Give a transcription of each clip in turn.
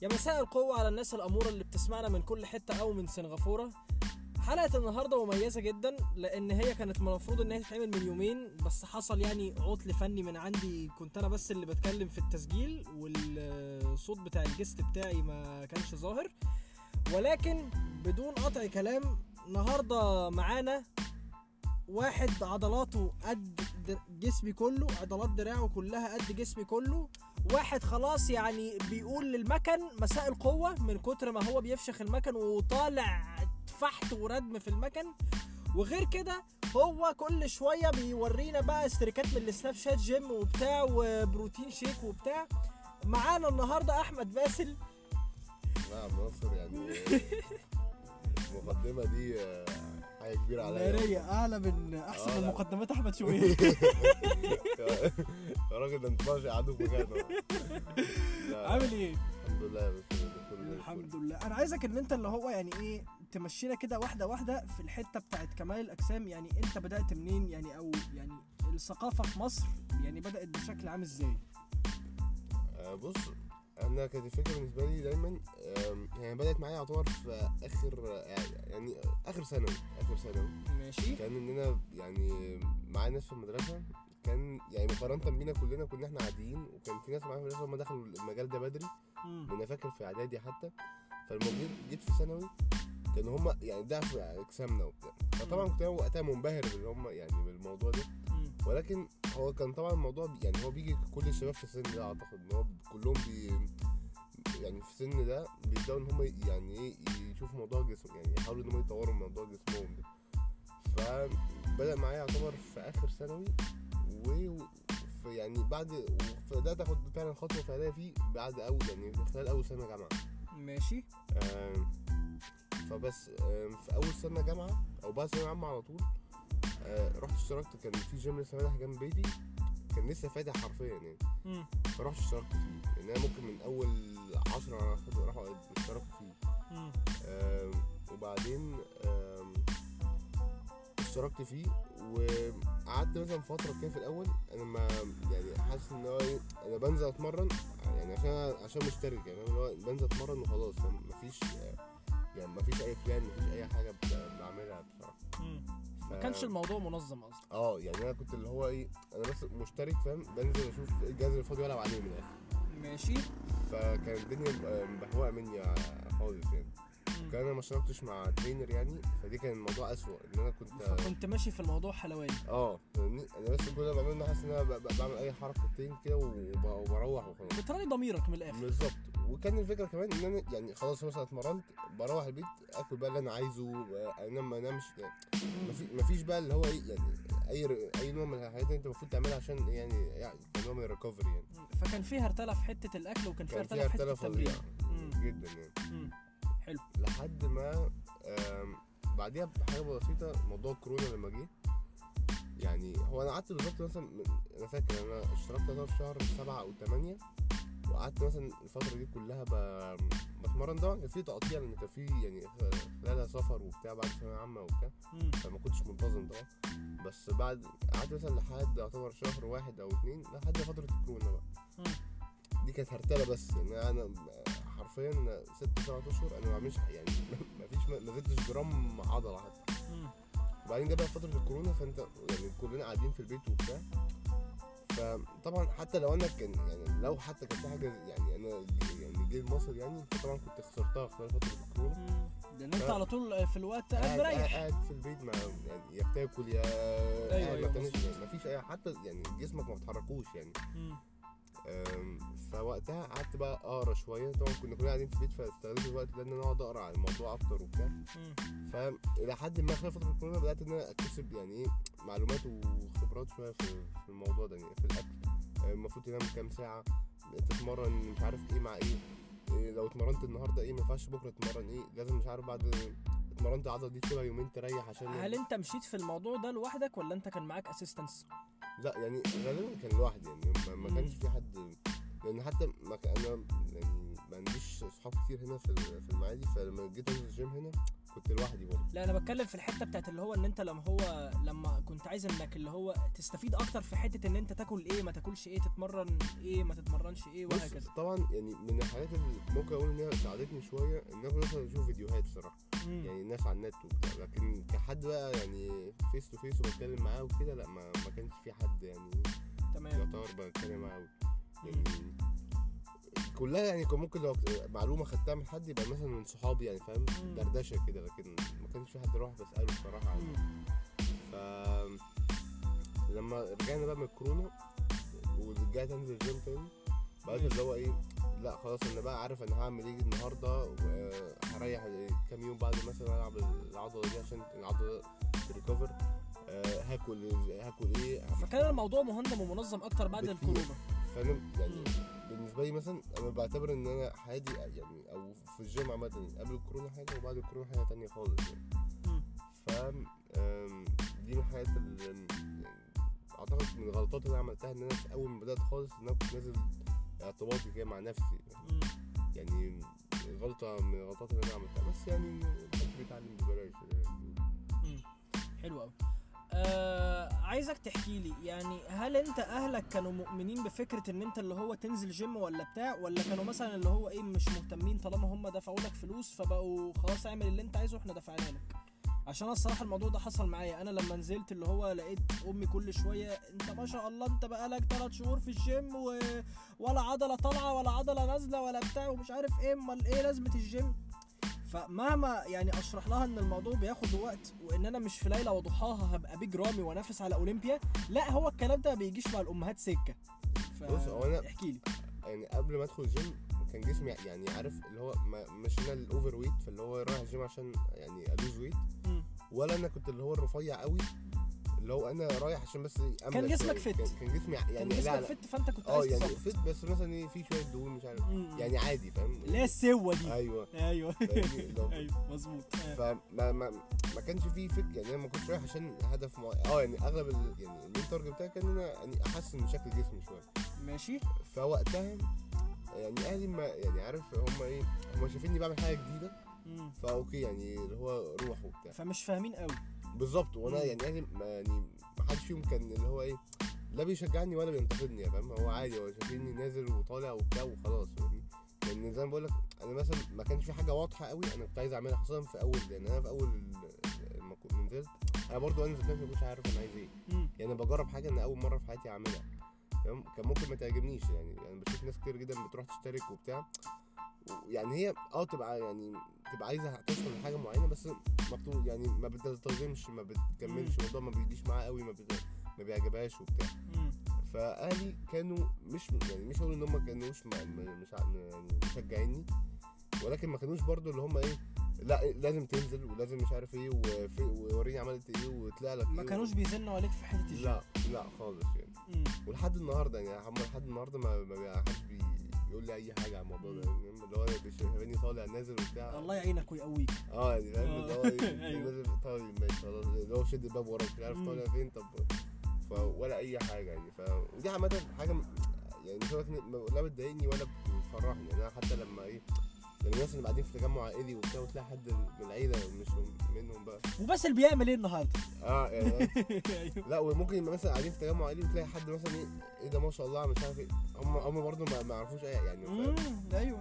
يا مساء القوة على الناس الأمورة اللي بتسمعنا من كل حتة أو من سنغافورة. حلقة النهاردة مميزة جدا لأن هي كانت المفروض إن هي تتعمل من يومين، بس حصل يعني عطل فني من عندي. كنت أنا بس اللي بتكلم في التسجيل والصوت بتاع الجست بتاعي ما كانش ظاهر. ولكن بدون قطع كلام، النهاردة معانا واحد عضلاته قد جسمي كله، عضلات دراعه كلها قد جسمي كله. واحد خلاص يعني بيقول للمكن مساء القوة من كتر ما هو بيفشخ المكن وطالع فحت وردم في المكن. وغير كده هو كل شوية بيورينا بقى استريكات من السناب شات جيم وبتاع وبروتين شيك وبتاع. معانا النهاردة أحمد باسل. نعم ناصر، يعني المقدمة دي حاجة كبيرة عليا، نارية أعلى من أحسن من مقدمات أحمد شوقي. يا راجل ده انت ماشي قاعد في مكانه. عامل ايه؟ الحمد لله يا باشا. الحمد لله. انا عايزك ان انت اللي هو يعني ايه تمشينا كده واحده واحده في الحته بتاعت كمال الاجسام. يعني انت بدات منين يعني، او يعني الثقافه في مصر يعني بدات بشكل عام ازاي؟ بص، انا كانت الفكره بالنسبه لي دايما يعني بدات معايا يعتبر في اخر ثانوي. ماشي. كان اننا يعني معايا ناس في المدرسه، كان يعني مقارنه بينا كلنا كنا احنا عاديين، وكان في ناس معايا في المدرسه هم دخلوا المجال ده بدري. انا فاكر في اعدادي حتى، فالموجود جيت في ثانوي كانوا هم يعني ضعفوا اجسامنا وبتاع. فطبعا كنت وقتها منبهر باللي هم يعني بالموضوع ده. ولكن هو كان طبعا الموضوع يعني هو بيجي كل الشباب في السن ده، اعتقد ان هو كلهم يعني في السن ده بيبداوا ان هم يعني ايه يشوفوا موضوع جسم، يعني يحاولوا ان هم يطوروا من موضوع جسمهم ده. فبدأ معايا يعتبر في اخر ثانوي، يعني بعد بدأت اخد فعلا خطوه فعليه فيه بعد يعني خلال اول سنه جامعه. ماشي. فبس في اول سنه جامعه او بعد ثانويه عامه على طول رحت اشتركت. كان في جيم لسه فاتح جنب بيتي، كان لسه فاتح حرفيا يعني. فرحت اشتركت فيه، يعني انا ممكن من اول 10 راحوا اشتركت فيه. وبعدين اشتركت فيه وقعدت مثلا فتره كده. في الاول انا ما يعني حاسس ان هو انا بنزل اتمرن يعني عشان مشترك، يعني انا بنزل اتمرن وخلاص، مفيش يعني مفيش اي بلان، مفيش اي حاجه بعملها بصراحه. ما كانش الموضوع منظم اصلا. يعني انا كنت اللي هو انا بس مشترك، فاهم، بنزل اشوف الجهاز اللي فاضي والعب عليه من الاخر. ماشي. فكان الدنيا مبهوقه مني خالص يعني. كان انا ما اشتركتش مع ترينر يعني، فدي كان الموضوع اسوأ ان انا كنت ماشي في الموضوع حلواني. انا بس كل اللي بعمله ان انا حاسس ان انا بعمل اي حركتين كده وبروح وخلاص، بتراضي ضميرك من الاخر. بالظبط. وكان الفكره كمان ان انا يعني خلاص مثلا اتمرنت، بروح البيت اكل بقى اللي انا عايزه، انام ما انامش يعني. مفيش بقى اللي هو يعني اي نوع من الحاجات اللي انت المفروض تعملها عشان يعني نوع من الريكفري يعني. فكان فيها ارتلف في حته الاكل، وكان فيها ارتلف في حته التمرين جدا يعني. حلو. لحد ما بعديها بحاجه بسيطه موضوع كورونا لما جه. يعني هو انا قعدت بالظبط مثلا انا فاكر انا اشتركت في شهر 7 أو 8، وقعدت مثلا الفتره دي كلها بتمرن. طبعا كان في تقطيع لان كان في يعني خلالها سفر وبتاع بعد ثانويه عامه وبتاع، فما كنتش منتظم طبعا. بس بعد قعدت مثلا لحد يعتبر شهر 1 أو 2 لحد فتره الكورونا بقى. دي كانت هرتله، بس يعني انا حرفيا 6-7 اشهر انا ما بعملش يعني ما زدتش جرام عضله حتى. وبعدين جه بقى فتره الكورونا، فانت يعني كلنا قاعدين في البيت وبتاع. فطبعا حتى لو انا كان يعني لو حتى كانت حاجه يعني انا يعني جاي مصر يعني، فطبعا كنت خسرتها خلال فتره الكورونا. لان انت على طول في الوقت قاعد في البيت، ما يعني يا بتاكل يا قاعد ما بتعملش يعني، ما فيش اي حتى يعني جسمك ما بتحركوش يعني. فوقتها قعدت بقى اقرا شويه. طبعا كنا قاعدين في البيت، فاستغلت الوقت ده ان انا اقعد اقرا عن الموضوع اكتر وبتاع. فالى حد ما خلال فتره الكورونا بدات ان انا اكتسب يعني معلومات وخبرات شويه في الموضوع ده يعني. في الاكل المفروض تنام كام ساعه، تتمرن مش عارف ايه مع ايه لو اتمرنت النهارده ما ينفعش بكره تتمرن لازم مش عارف بعد اتمرنت العضله دي تسيبها يومين تريح عشان. هل انت مشيت في الموضوع ده لوحدك ولا انت كان معاك اسيستنس؟ لا يعني غالبا كان لوحدي يعني، ما كانش في حد، لان حتى انا يعني ما عنديش اصحاب كتير هنا في المعادي. فلما جيت انزل الجيم هنا كنت لوحدي برضه. لا انا بتكلم في الحته بتاعت اللي هو ان انت لما كنت عايز انك اللي هو تستفيد اكتر في حته ان انت تاكل ايه ما تاكلش ايه، تتمرن ايه ما تتمرنش ايه، وهكذا. طبعا يعني من الحاجات اللي ممكن اقول ان هي ساعدتني شويه ان انا مثلا اشوف فيديوهات الصراحه، يعني ناس على النت وبتاع، لكن كحد بقى يعني فيس تو فيس وبتكلم معاه وكده لا، ما كانش في حد يعني تمام يعتبر بتكلم معاه قوي يعني. كلها يعني كان ممكن لو معلومه خدتها من حد يبقى مثلا من صحابي يعني فاهم، دردشه كده، لكن ما كانش في حد اروح بساله بصراحه عنه. ف لما رجعنا بقى من الكورونا ورجعت انزل جيم تاني، بقيت اللي هو ايه، لا خلاص انا بقى عارف انا هعمل ايه النهارده، وهريح كام يوم بعد مثلا العب العضله دي عشان العضله تريكفر، هاكل ايه. فكان الموضوع مهندم ومنظم اكتر بعد الكورونا. فانا يعني بالنسبه لي مثلا انا بعتبر ان انا حياتي يعني او في الجيم عامه قبل الكورونا حاجه وبعد الكورونا حاجه تانية خالص يعني. ف دي من الحاجات اللي يعني اعتقد من الغلطات اللي انا عملتها، ان انا في اول ما بدات خالص ان انا كنت نازل ارتباطي كده مع نفسي يعني غلطه من الغلطات اللي انا عملتها، بس يعني محدش بيتعلم ببلاش. حلو قوي. عايزك تحكي لي يعني هل انت اهلك كانوا مؤمنين بفكره ان انت اللي هو تنزل جيم ولا بتاع، ولا كانوا مثلا اللي هو ايه مش مهتمين طالما هم دفعوا لك فلوس فبقوا خلاص اعمل اللي انت عايزه واحنا دفعنا لك؟ عشان انا الصراحه الموضوع ده حصل معايا. انا لما نزلت اللي هو لقيت امي كل شويه انت ما شاء الله انت بقالك 3 شهور في الجيم ولا عضله طالعه ولا عضله نازله ولا بتاع ومش عارف ايه، امال ايه لازمه الجيم؟ فمهما يعني اشرح لها ان الموضوع بياخد وقت وان انا مش في ليله وضحاها هبقى بيج رامي وانافس على اولمبيا، لا هو الكلام ده ما بيجيش مع الامهات سكه. بص هو انا احكي لي يعني قبل ما ادخل الجيم كان جسمي يعني عارف اللي هو مش انا الاوفر ويت فاللي هو رايح الجيم عشان يعني الوز ويت، ولا انا كنت اللي هو الرفيع قوي اللي هو انا رايح عشان بس كان جسمك فت، كان جسمي يعني كان جسمك فت فانت كنت عايز يعني فت بس مثلا ايه في شويه دهون مش عارف يعني عادي فاهم اللي هي السوه دي. ايوه ايوه مظبوط. فما ما كانش فيه يعني انا ما كنتش رايح عشان هدف يعني اغلب يعني المين تارجت بتاعي كان ان انا يعني احسن من شكل جسمي شويه ماشي. فوقتها يعني اهلي ما يعني عارف هم شايفيني بعمل حاجه جديده فاوكي يعني اللي هو روح وبتاع، فمش فاهمين قوي بالظبط. وانا يعني اهلي ما حدش فيهم كان اللي هو ايه لا بيشجعني ولا بينتقدني فاهم، هو عادي هو شايفيني نازل وطالع وبتاع وخلاص فاهمني. لان زي ما بقول لك انا مثلا ما كانش في حاجه واضحه قوي انا كنت عايز اعملها خاصه في اول، لان انا في اول لما كنت نزلت انا برضو انا ذات نفسي ما كنتش عارف انا عايز ايه يعني بجرب حاجه انا اول مره في حياتي اعملها تمام، كان ممكن ما تعجبنيش يعني بشوف ناس كتير جدا بتروح تشترك وبتاع يعني هي تبقى يعني تبقى عايزه توصل لحاجه معينه بس يعني ما بتلتزمش ما بتكملش الموضوع ما بيجيش معاها قوي ما بيعجبهاش وبتاع. فاهلي كانوا مش هقول ان هم كانوش يعني مشجعيني، ولكن ما كانوش برضو اللي هم ايه لا لازم تنزل ولازم مش عارف ايه ووريني عملت ايه وطلع لك ما كانوش بيزنوا عليك في حته الجيم. لا خالص يعني. ولحد النهارده يعني لحد النهارده ما حدش بيقول لي اي حاجه عن الموضوع ده اللي هو شايفني طالع نازل وبتاع الله يعينك ويقويك يعني فاهم اللي هو نازل طالع ماشي خلاص اللي هو شد الباب وراك مش عارف طالع فين طب ولا اي حاجه يعني. ودي عامه حاجه يعني لا بتضايقني ولا بتفرحني يعني. انا حتى لما الناس اللي قاعدين في تجمع عائلي وبتاع وتلاقي حد من العيله مش منهم بقى وبس اللي بيعمل ايه النهارده يعني لا وممكن يبقى مثلا قاعدين في تجمع عائلي وتلاقي حد مثلا ايه ده ما شاء الله مش عارف ايه هم برضه ما يعرفوش ايه يعني ايوه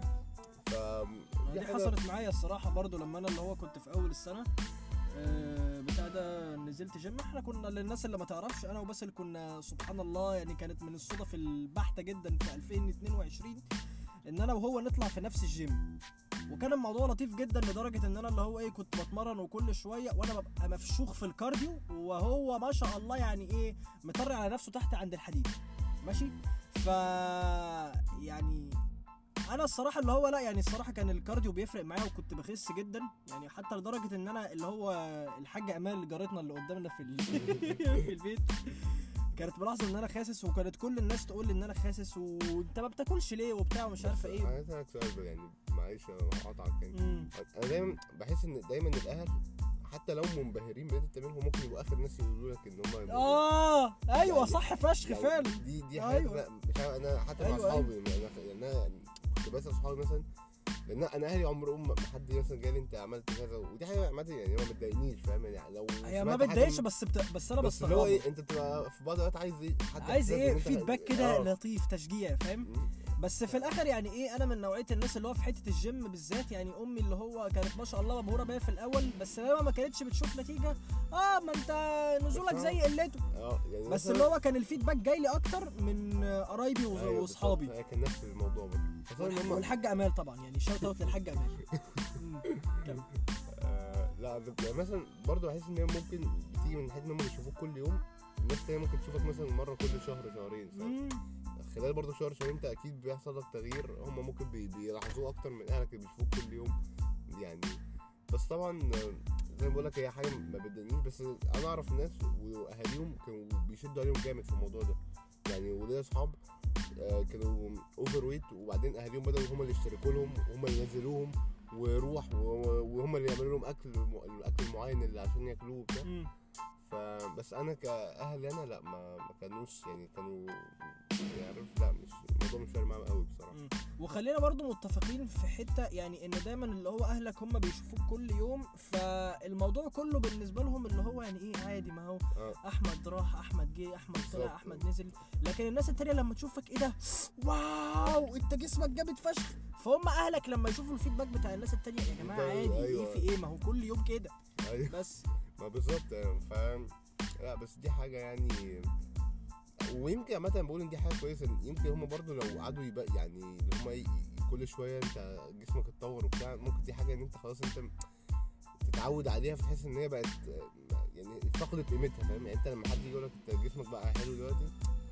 دي حصلت معايا الصراحه برضه لما انا اللي هو كنت في اول السنه بتاع ده نزلت جيم. احنا كنا للناس اللي ما تعرفش انا وبس اللي كنا سبحان الله يعني كانت من الصدف البحته جدا في 2022 ان انا وهو نطلع في نفس الجيم، وكان الموضوع لطيف جدا لدرجه ان انا اللي هو كنت بتمرن وكل شويه وانا ببقى مفشوخ في الكارديو وهو ما شاء الله يعني مطري على نفسه تحت عند الحديد ماشي. ف يعني انا الصراحه اللي هو لا يعني الصراحه كان الكارديو بيفرق معايا وكنت بخس جدا يعني، حتى لدرجه ان انا اللي هو الحاجه امال اللي جارتنا اللي قدامنا في البيت كانت ملاحظه ان انا خاسس، وكانت كل الناس تقول لي ان انا خاسس وانت ما بتاكلش ليه وبتاع ومش عارفه ايه. عايز اسالك سؤال يعني معلش اقطعك يعني انا دايما بحس ان دايما الاهل حتى لو منبهرين بان انت منهم ممكن يبقوا اخر ناس يقولوا لك ان هم ايوه يعني صح فشخ يعني فعلا دي حاجه أيوة. مش عارف انا حتى مع اصحابي يعني انا كنت بسال اصحابي مثلا لان انا اهلي عمرهم ما حد مثلا جالي انت عملت كذا، ودي حاجه عامه يعني ما بتضايقنيش فاهم يعني. لو هي ما سمعت حاجة بتضايقش بس انا بس اللي هو بستغرب ايه، انت بتبقى في بعض الوقت عايز ايه، حد عايز يحسسك ايه إن أنت فيدباك كده آه. لطيف تشجيع فاهم. بس في الاخر يعني ايه، انا من نوعيه الناس اللي هو في حته الجيم بالذات، يعني امي اللي هو كانت ما شاء الله مبهوره بيا في الاول، بس لما ما كانتش بتشوف نتيجه ما انت نزولك زي قلته. يعني بس مثلاً- اللي هو كان الفيدباك جاي لي اكتر من قرايبي أيوة واصحابي. بالظبط. كان نفس الموضوع برضه، خاصة إن هم والحاجه امال طبعا، يعني شوت اوت للحاجه امال. كمل. لا يعني مثلا برضه بحس ان هي ممكن بتيجي من حيث ان هم بيشوفوك كل يوم. الناس تانية ممكن تشوفك مثلا مره كل شهر شهرين، خلال برضه شهر شهرين انت اكيد بيحصل لك تغيير. هم ممكن بيلاحظوه اكتر من اهلك اللي بيشوفوك كل يوم يعني. بس طبعا زي ما بقول لك هي حاجه ما بتضايقنيش، بس انا اعرف ناس واهاليهم كانوا بيشدوا عليهم جامد في الموضوع ده يعني. وليا اصحاب كانوا اوفر ويت، وبعدين اهاليهم بدأوا هم اللي يشتركوا لهم وهم اللي ينزلوهم ويروح وهم اللي يعملوا لهم الاكل المعين اللي عشان ياكلوه وبتاع. فبس انا كاهلي انا لا ما كانوش يعني، كانوا يعرف لا مش الموضوع مش فارق معاهم قوي بصراحه. وخلينا برضو متفقين في حته يعني، ان دايما اللي هو اهلك هم بيشوفوك كل يوم، فالموضوع كله بالنسبه لهم اللي هو يعني ايه عادي، ما هو احمد راح، احمد جه، احمد طلع، احمد نزل. لكن الناس التانية لما تشوفك ايه ده، واو انت جسمك جامد فشخ، فهم اهلك لما يشوفوا الفيدباك بتاع الناس التانية يا جماعه عادي ايه في ايه، ما هو كل يوم كده. بس ما بالظبط يعني. لا بس دي حاجه يعني، ويمكن عامه بقول ان دي حاجه كويسه. يمكن هم برضو لو قعدوا يبقى يعني اللي هم كل شويه انت جسمك اتطور وبتاع، ممكن دي حاجه ان انت خلاص انت تتعود عليها، فتحس ان هي بقت يعني فقدت قيمتها فاهم يعني. انت لما حد يقول لك انت جسمك بقى حلو دلوقتي،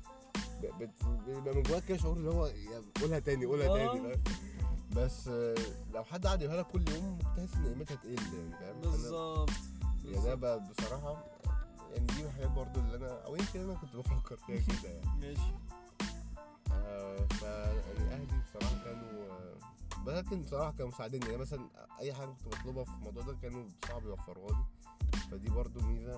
بيبقى من جواك كده شعور اللي هو قولها تاني فاهم. بس لو حد قعد يقولها لك كل يوم ممكن تحس ان قيمتها تقل يعني فاهم. بالظبط يعني ده بقى بصراحه يعني دي من الحاجات برضو اللي انا او يمكن انا كنت بفكر فيها كده يعني. ماشي. يعني اهلي بصراحه كانوا لكن بصراحه كانوا مساعديني يعني. مثلا اي حاجه كنت بطلبها في الموضوع ده كانوا صعب يوفروها لي، فدي برضو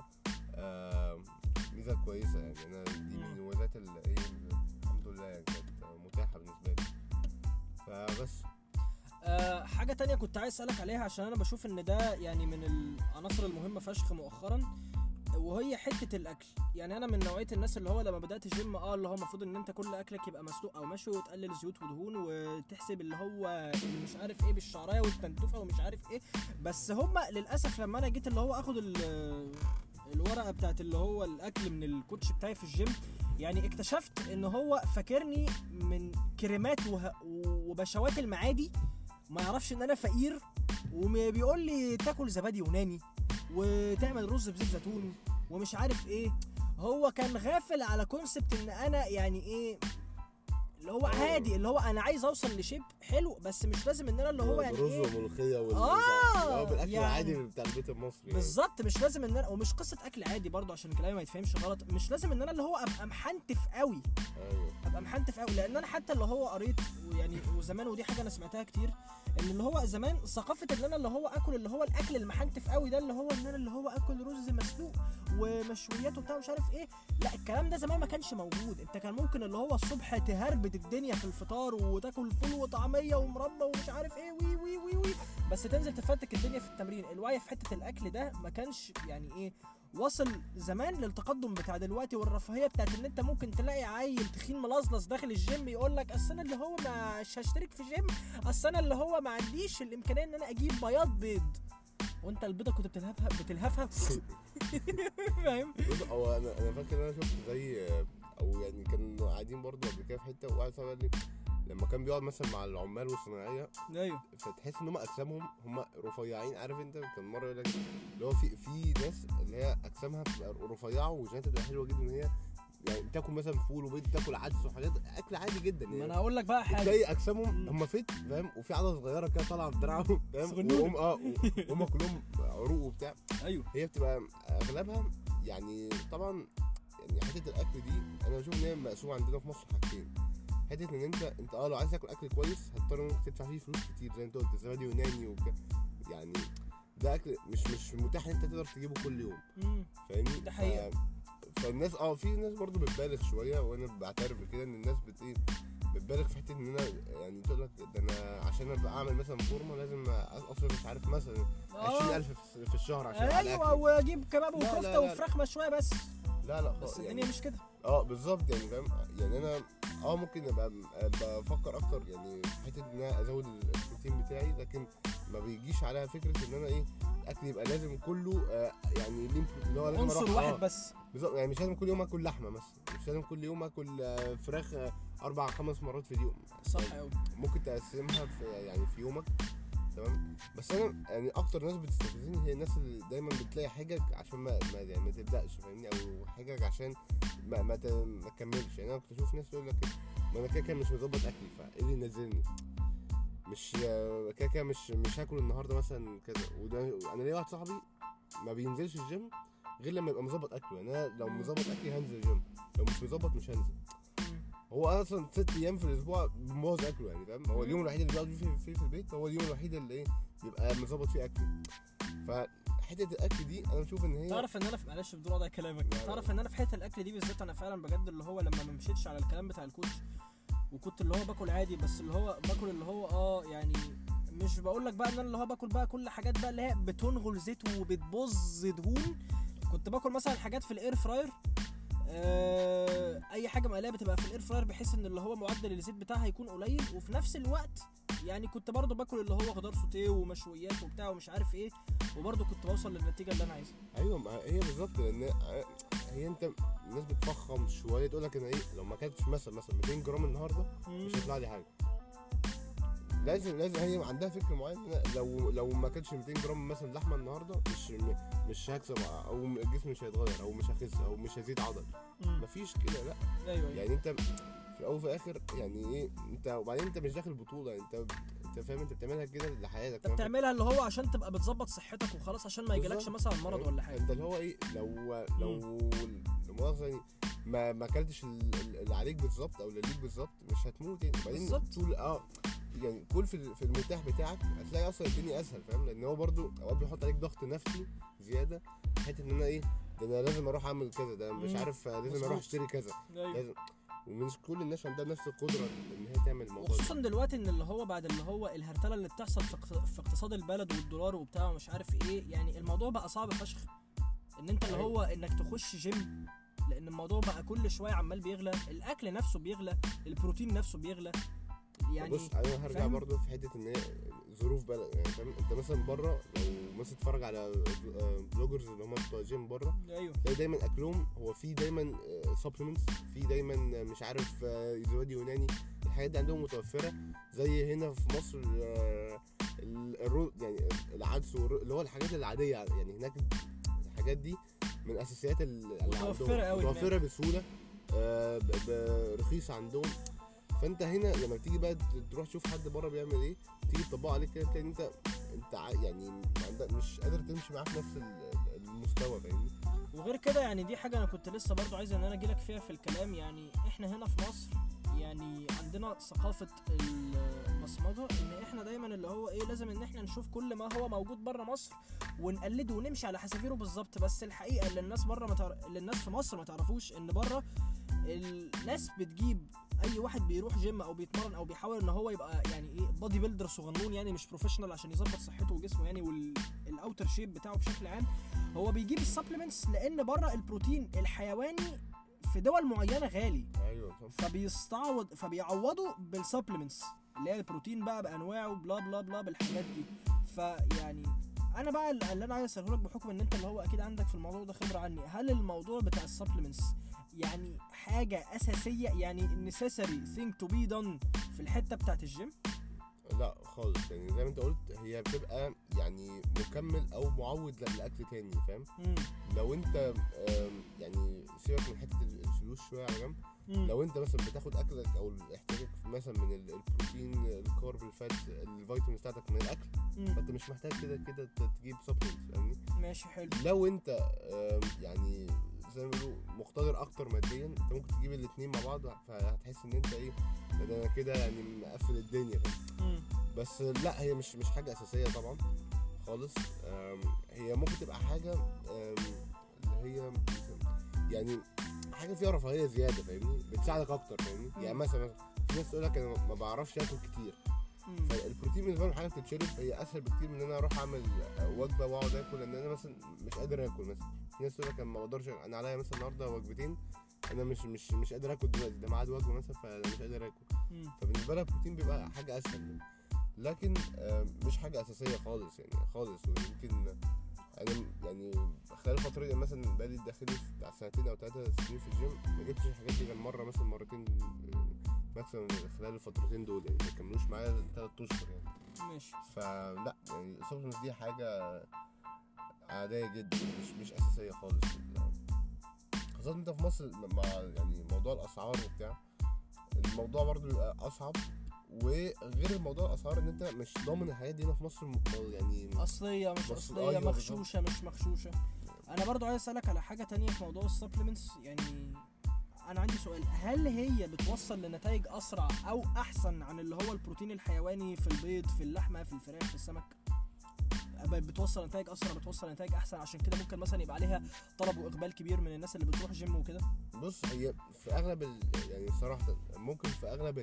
ميزه كويسه يعني. انا دي من المميزات اللي الحمد لله يعني كانت متاحه بالنسبه لي. فبس حاجه تانية كنت عايز اسالك عليها، عشان انا بشوف ان ده يعني من العناصر المهمه فشخ مؤخرا، وهي حته الاكل. يعني انا من نوعيه الناس اللي هو لما بدات الجيم اللي هو المفروض ان انت كل اكلك يبقى مسلوق او مشوي، وتقلل زيوت ودهون، وتحسب اللي هو مش عارف ايه بالشعرايه والتنتوفه ومش عارف ايه. بس هما للاسف لما انا جيت اللي هو اخد الورقه بتاعت اللي هو الاكل من الكوتش بتاعي في الجيم، يعني اكتشفت ان هو فاكرني من كريمات وبشوات المعادي، ما يعرفش ان انا فقير، وبيقول لي تاكل زبادي يوناني وتعمل رز بزيت زيتون ومش عارف ايه. هو كان غافل على كونسبت ان انا يعني ايه اللي هو عادي، اللي هو انا عايز اوصل لشيب حلو، بس مش لازم ان انا اللي هو يعني رز ايه وملوخيه بالاكل يعني العادي بتاع البيت المصري يعني. بالظبط، مش لازم ان انا، ومش قصه اكل عادي برضو عشان كلامي ما يتفهمش غلط، مش لازم ان انا اللي هو ابقى محنتف قوي. ابقى محنتف قوي، لان انا حتى اللي هو قريت يعني وزمان، ودي حاجه انا سمعتها كتير، ان اللي هو زمان ثقافه ان انا اللي هو اكل اللي هو الاكل المحنتف قوي ده، اللي هو ان انا اللي هو اكل رز مسلوق ومشويات وبتاع مش عارف ايه. لا الكلام ده زمان ما كانش موجود. انت كان ممكن اللي هو الصبح تهربد الدنيا في الفطار وتاكل فول وطعميه ومربى ومش عارف ايه وي وي وي وي، بس تنزل تفتك الدنيا في التمرين. الوعي في حته الاكل ده ما كانش يعني ايه وصل زمان للتقدم بتاع دلوقتي والرفاهيه بتاعت ان انت ممكن تلاقي عيل تخين ملصلص داخل الجيم يقول لك اصل انا اللي هو مش هشترك في جيم، اصل انا اللي هو ما عنديش الامكانيه ان انا اجيب بيض، وانت البيضه كنت بتلهفها فاهم. هو انا فاكر ان انا شفت زي او يعني كانوا قاعدين برضه قبل كده في حته، وقاعد صاحبي قال لي لما كان بيقعد مثلا مع العمال والصناعيه، ايوه، فتحس ان هم اجسامهم هم رفيعين. عارف انت كان مره يقول لك اللي هو في ناس اللي هي اجسامها بتبقى رفيعه وجيناتها بتبقى حلوه جدا، ان هي يعني بتاكل مثلا فول وبيض، تاكل عدس وحاجات اكل عادي جدا يعني. ما انا هقول لك بقى حاجه، تلاقي اجسامهم هم فيت فاهم، وفي عضله صغيره كده طالعه في دراعهم فاهم، وهم كلهم عروق وبتاع. ايوه هي بتبقى اغلبها يعني طبعا يعني حته الاكل دي انا بشوف ان هي مقسومه عندنا في مصر حاجتين. حته ان انت لو عايز تاكل اكل كويس هتضطر انك تدفع فيه فلوس كتير زي انت قلت زبادي يوناني وكده يعني. ده اكل مش متاح ان انت تقدر تجيبه كل يوم فاهمني. ده حقيقة. فالناس في ناس برضو بتبالغ شويه، وانا بعترف بكده ان الناس بتبالغ في حته ان انا يعني تقول لك ده انا عشان ابقى اعمل مثلا فورمه لازم اصرف مش عارف مثلا 20,000 في الشهر عشان على ايوه، الاكل. واجيب كباب لا، وكفته لا، وفراخ مشويه بس لا بس يعني الدنيا مش كده. بالظبط يعني فاهم. يعني انا ممكن ابقى بفكر اكتر يعني في حته ان انا ازود البروتين بتاعي، لكن ما بيجيش عليها فكره ان انا ايه الاكل يبقى لازم كله يعني اللي هو لازم عنصر اروح واحد بس. بالظبط. يعني مش لازم كل يوم اكل لحمه مثلا، مش لازم كل يوم اكل فراخ 4-5 مرات في اليوم. صح قوي. ممكن تقسمها في يعني في يومك، تمام. بس انا يعني اكتر ناس بتستفزني هي الناس اللي دايما بتلاقي حجج عشان يعني ما تبداش، فاهمني، او حجج عشان ما تكملش. يعني انا كنت اشوف ناس تقول لك ما انا كده مش مظبط اكلي، فايه اللي ينزلني؟ مش كده مش هاكل النهارده مثلا كذا. وده انا ليا واحد صاحبي ما بينزلش الجيم غير لما يبقى مظبط اكله. يعني انا لو مظبط اكلي هنزل الجيم، لو مش مظبط مش هنزل. هو اصلا 6 ايام في الاسبوع بيبوظ اكله، يعني فاهم. هو اليوم الوحيد اللي بيقعد فيه في البيت هو اليوم الوحيد اللي ايه يبقى مظبط فيه اكله. فحته الاكل دي انا بشوف ان هي تعرف ان انا معلش بدون قطع كلامك، تعرف ان انا في حته الاكل دي بالذات انا فعلا بجد اللي هو لما ما مشيتش على الكلام بتاع الكوتش وكنت اللي هو باكل عادي، بس اللي هو باكل اللي هو يعني مش بقول لك بقى ان انا اللي هو باكل بقى كل حاجات بقى اللي هي بتنغل زيت وبتبوظ دهون. كنت باكل مثلا حاجات في الاير فراير، اي حاجه مقليه بتبقى في الاير فراير بحيث ان اللي هو معدل الزيت بتاعها يكون قليل، وفي نفس الوقت يعني كنت برضو باكل اللي هو خضار سوتيه ومشويات وبتاع ومش عارف ايه، وبرضو كنت بوصل للنتيجه اللي انا عايزها. ايوه، ما هي بالظبط. لان هي انت الناس بتفخم شويه تقول لك انا ايه لو ما اكلتش مثلا 200 جرام النهارده مش هيطلع لي حاجه. لازم هي عندها فكر معين. لو ما اكلتش 200 جرام مثلا لحمه النهارده مش هكسب، او جسمي مش هيتغير، او مش هخس، او مش هزيد عضل. مفيش كده، لا. ايوه. يعني انت في الاول وفي الاخر يعني ايه انت، وبعدين انت مش داخل بطوله، انت فاهم، انت بتعملها كده لحياتك. انت بتعملها اللي هو عشان تبقى بتظبط صحتك وخلاص، عشان ما يجيلكش مثلا مرض ولا حاجه. انت اللي هو ايه لو مؤاخذه يعني ما اكلتش اللي عليك بالظبط او اللي ليك بالظبط مش هتموت يعني. وبعدين طول يعني كل في المتاح بتاعك هتلاقي اصلا الدنيا اسهل، فاهم. لان هو برضو اوقات بيحط عليك ضغط نفسي زياده، حته ان انا ايه ده انا لازم اروح اعمل كذا، ده مش عارف لازم اروح اشتري كذا. لازم، ومش كل الناس عندها نفس القدره ان هي تعمل الموضوع ده. وخصوصا دلوقتي ان اللي هو بعد اللي هو الهرتله اللي بتحصل في اقتصاد البلد والدولار وبتاع ومش عارف ايه، يعني الموضوع بقى صعب فشخ ان انت اللي هو انك تخش جيم، لان الموضوع بقى كل شويه عمال بيغلى، الاكل نفسه بيغلى، البروتين نفسه بيغلى. يعني بص انا هرجع برضو في حته ان هي ظروف بلد. يعني فاهم انت مثلا بره لو مثلا تتفرج على بلوجرز اللي هم بتوع جيم بره، ايوه، تلاقي دايما اكلهم هو فيه دايما سبلمنتس، فيه دايما مش عارف زبادي يوناني. الحاجات دي عندهم متوفره، زي هنا في مصر يعني العدس اللي هو الحاجات العاديه. يعني هناك الحاجات دي من اساسيات اللي عندهم، متوفره بسهوله، رخيصه عندهم. فانت هنا لما بتيجي بقى تروح تشوف حد بره بيعمل ايه، تيجي تطبقه عليك كده، تلاقي انت يعني مش قادر تمشي معاه في نفس المستوى، فاهمني. وغير كده يعني دي حاجه انا كنت لسه برضو عايز ان انا اجيلك فيها في الكلام. يعني احنا هنا في مصر يعني عندنا ثقافه البصمجه، ان احنا دايما اللي هو ايه لازم ان احنا نشوف كل ما هو موجود بره مصر ونقلده ونمشي على حسافيره بالظبط. بس الحقيقه اللي الناس بره اللي الناس في مصر ما تعرفوش ان بره الناس بتجيب اي واحد بيروح جيم او بيتمرن او بيحاول ان هو يبقى يعني ايه بودي بيلدر صغنون، يعني مش بروفيشنال، عشان يظبط صحته وجسمه يعني والاوتر شيب بتاعه بشكل عام. هو بيجيب السبلمنتس لان بره البروتين الحيواني في دول معينه غالي. ايوه، فبيعوضوا بالسبلمنتس اللي هي البروتين بقى بانواعه بلا بلا بلا بالحاجات دي. فيعني انا بقى اللي انا عايز اساله لك بحكم ان انت اللي هو اكيد عندك في الموضوع ده خبره عني، هل الموضوع بتاع السبلمنتس يعني حاجه اساسيه، يعني necessary thing to be done في الحته بتاعت الجيم؟ لا خالص. يعني زي ما انت قلت هي بتبقى يعني مكمل او معوض لاكل تاني، فاهم. لو انت يعني سيبك من حته الفلوس شويه على جنب. لو انت مثلا بتاخد اكلك او احتياجك مثلا من البروتين، الكارب، الفات، الفيتامينز بتاعتك من الاكل، فانت مش محتاج كده تجيب سبلمنتس، فاهمني. ماشي، حلو. لو انت يعني زي ما بيقولوا مقتدر اكتر ماديا، انت ممكن تجيب الاثنين مع بعض، فهتحس ان انت ايه ده انا كده يعني مقفل الدنيا. بس لا، هي مش حاجه اساسيه طبعا خالص. هي ممكن تبقى حاجه اللي هي يعني حاجه فيها رفاهيه زياده، فاهمني، بتساعدك اكتر، فاهمني. يعني مثلا في ناس تقول لك انا ما بعرفش اكل كتير، فالبروتين بالنسبه لهم حاجه بتتشرب، هي اسهل بكتير من ان انا اروح اعمل وجبه واقعد اكل، لان انا مثلا مش قادر اكل. مثلا في ناس تقول لك انا ما بقدرش، انا عليا مثلا النهارده وجبتين، انا مش قادر اكل دلوقتي، ده ميعاد وجبه مثلا فانا مش قادر اكل. فبالنسبه لها البروتين بيبقى حاجه اسهل، لكن مش حاجه اساسيه خالص يعني خالص. ويمكن انا يعني خلال الفتره دي مثلا بقالي داخلي بتاع 2 أو 3 سنين في الجيم، ما جبتش الحاجات دي غير مره مثلا مرتين ماكسيمم خلال الفترتين دول، يعني ما كملوش معايا 3 اشهر يعني. ماشي. فلا يعني السبلمنتس دي حاجه عاديه جدا، مش اساسيه خالص، خاصه انت في مصر مع يعني موضوع الاسعار وبتاع، الموضوع برضو بيبقى اصعب. وغير الموضوع الاسعار ان انت مش ضامن الحاجات دي هنا في مصر يعني اصليه مش اصليه، مغشوشه مش مغشوشه. انا برضو عايز اسالك على حاجه تانية في موضوع السبلمنتس. يعني انا عندي سؤال، هل هي بتوصل لنتائج اسرع او احسن عن اللي هو البروتين الحيواني في البيض في اللحمه في الفراخ في السمك؟ بتوصل نتائج اسرع، بتوصل نتائج احسن، عشان كده ممكن مثلا يبقى عليها طلب واقبال كبير من الناس اللي بتروح جيم وكده؟ بص هي في اغلب يعني صراحه ممكن في اغلب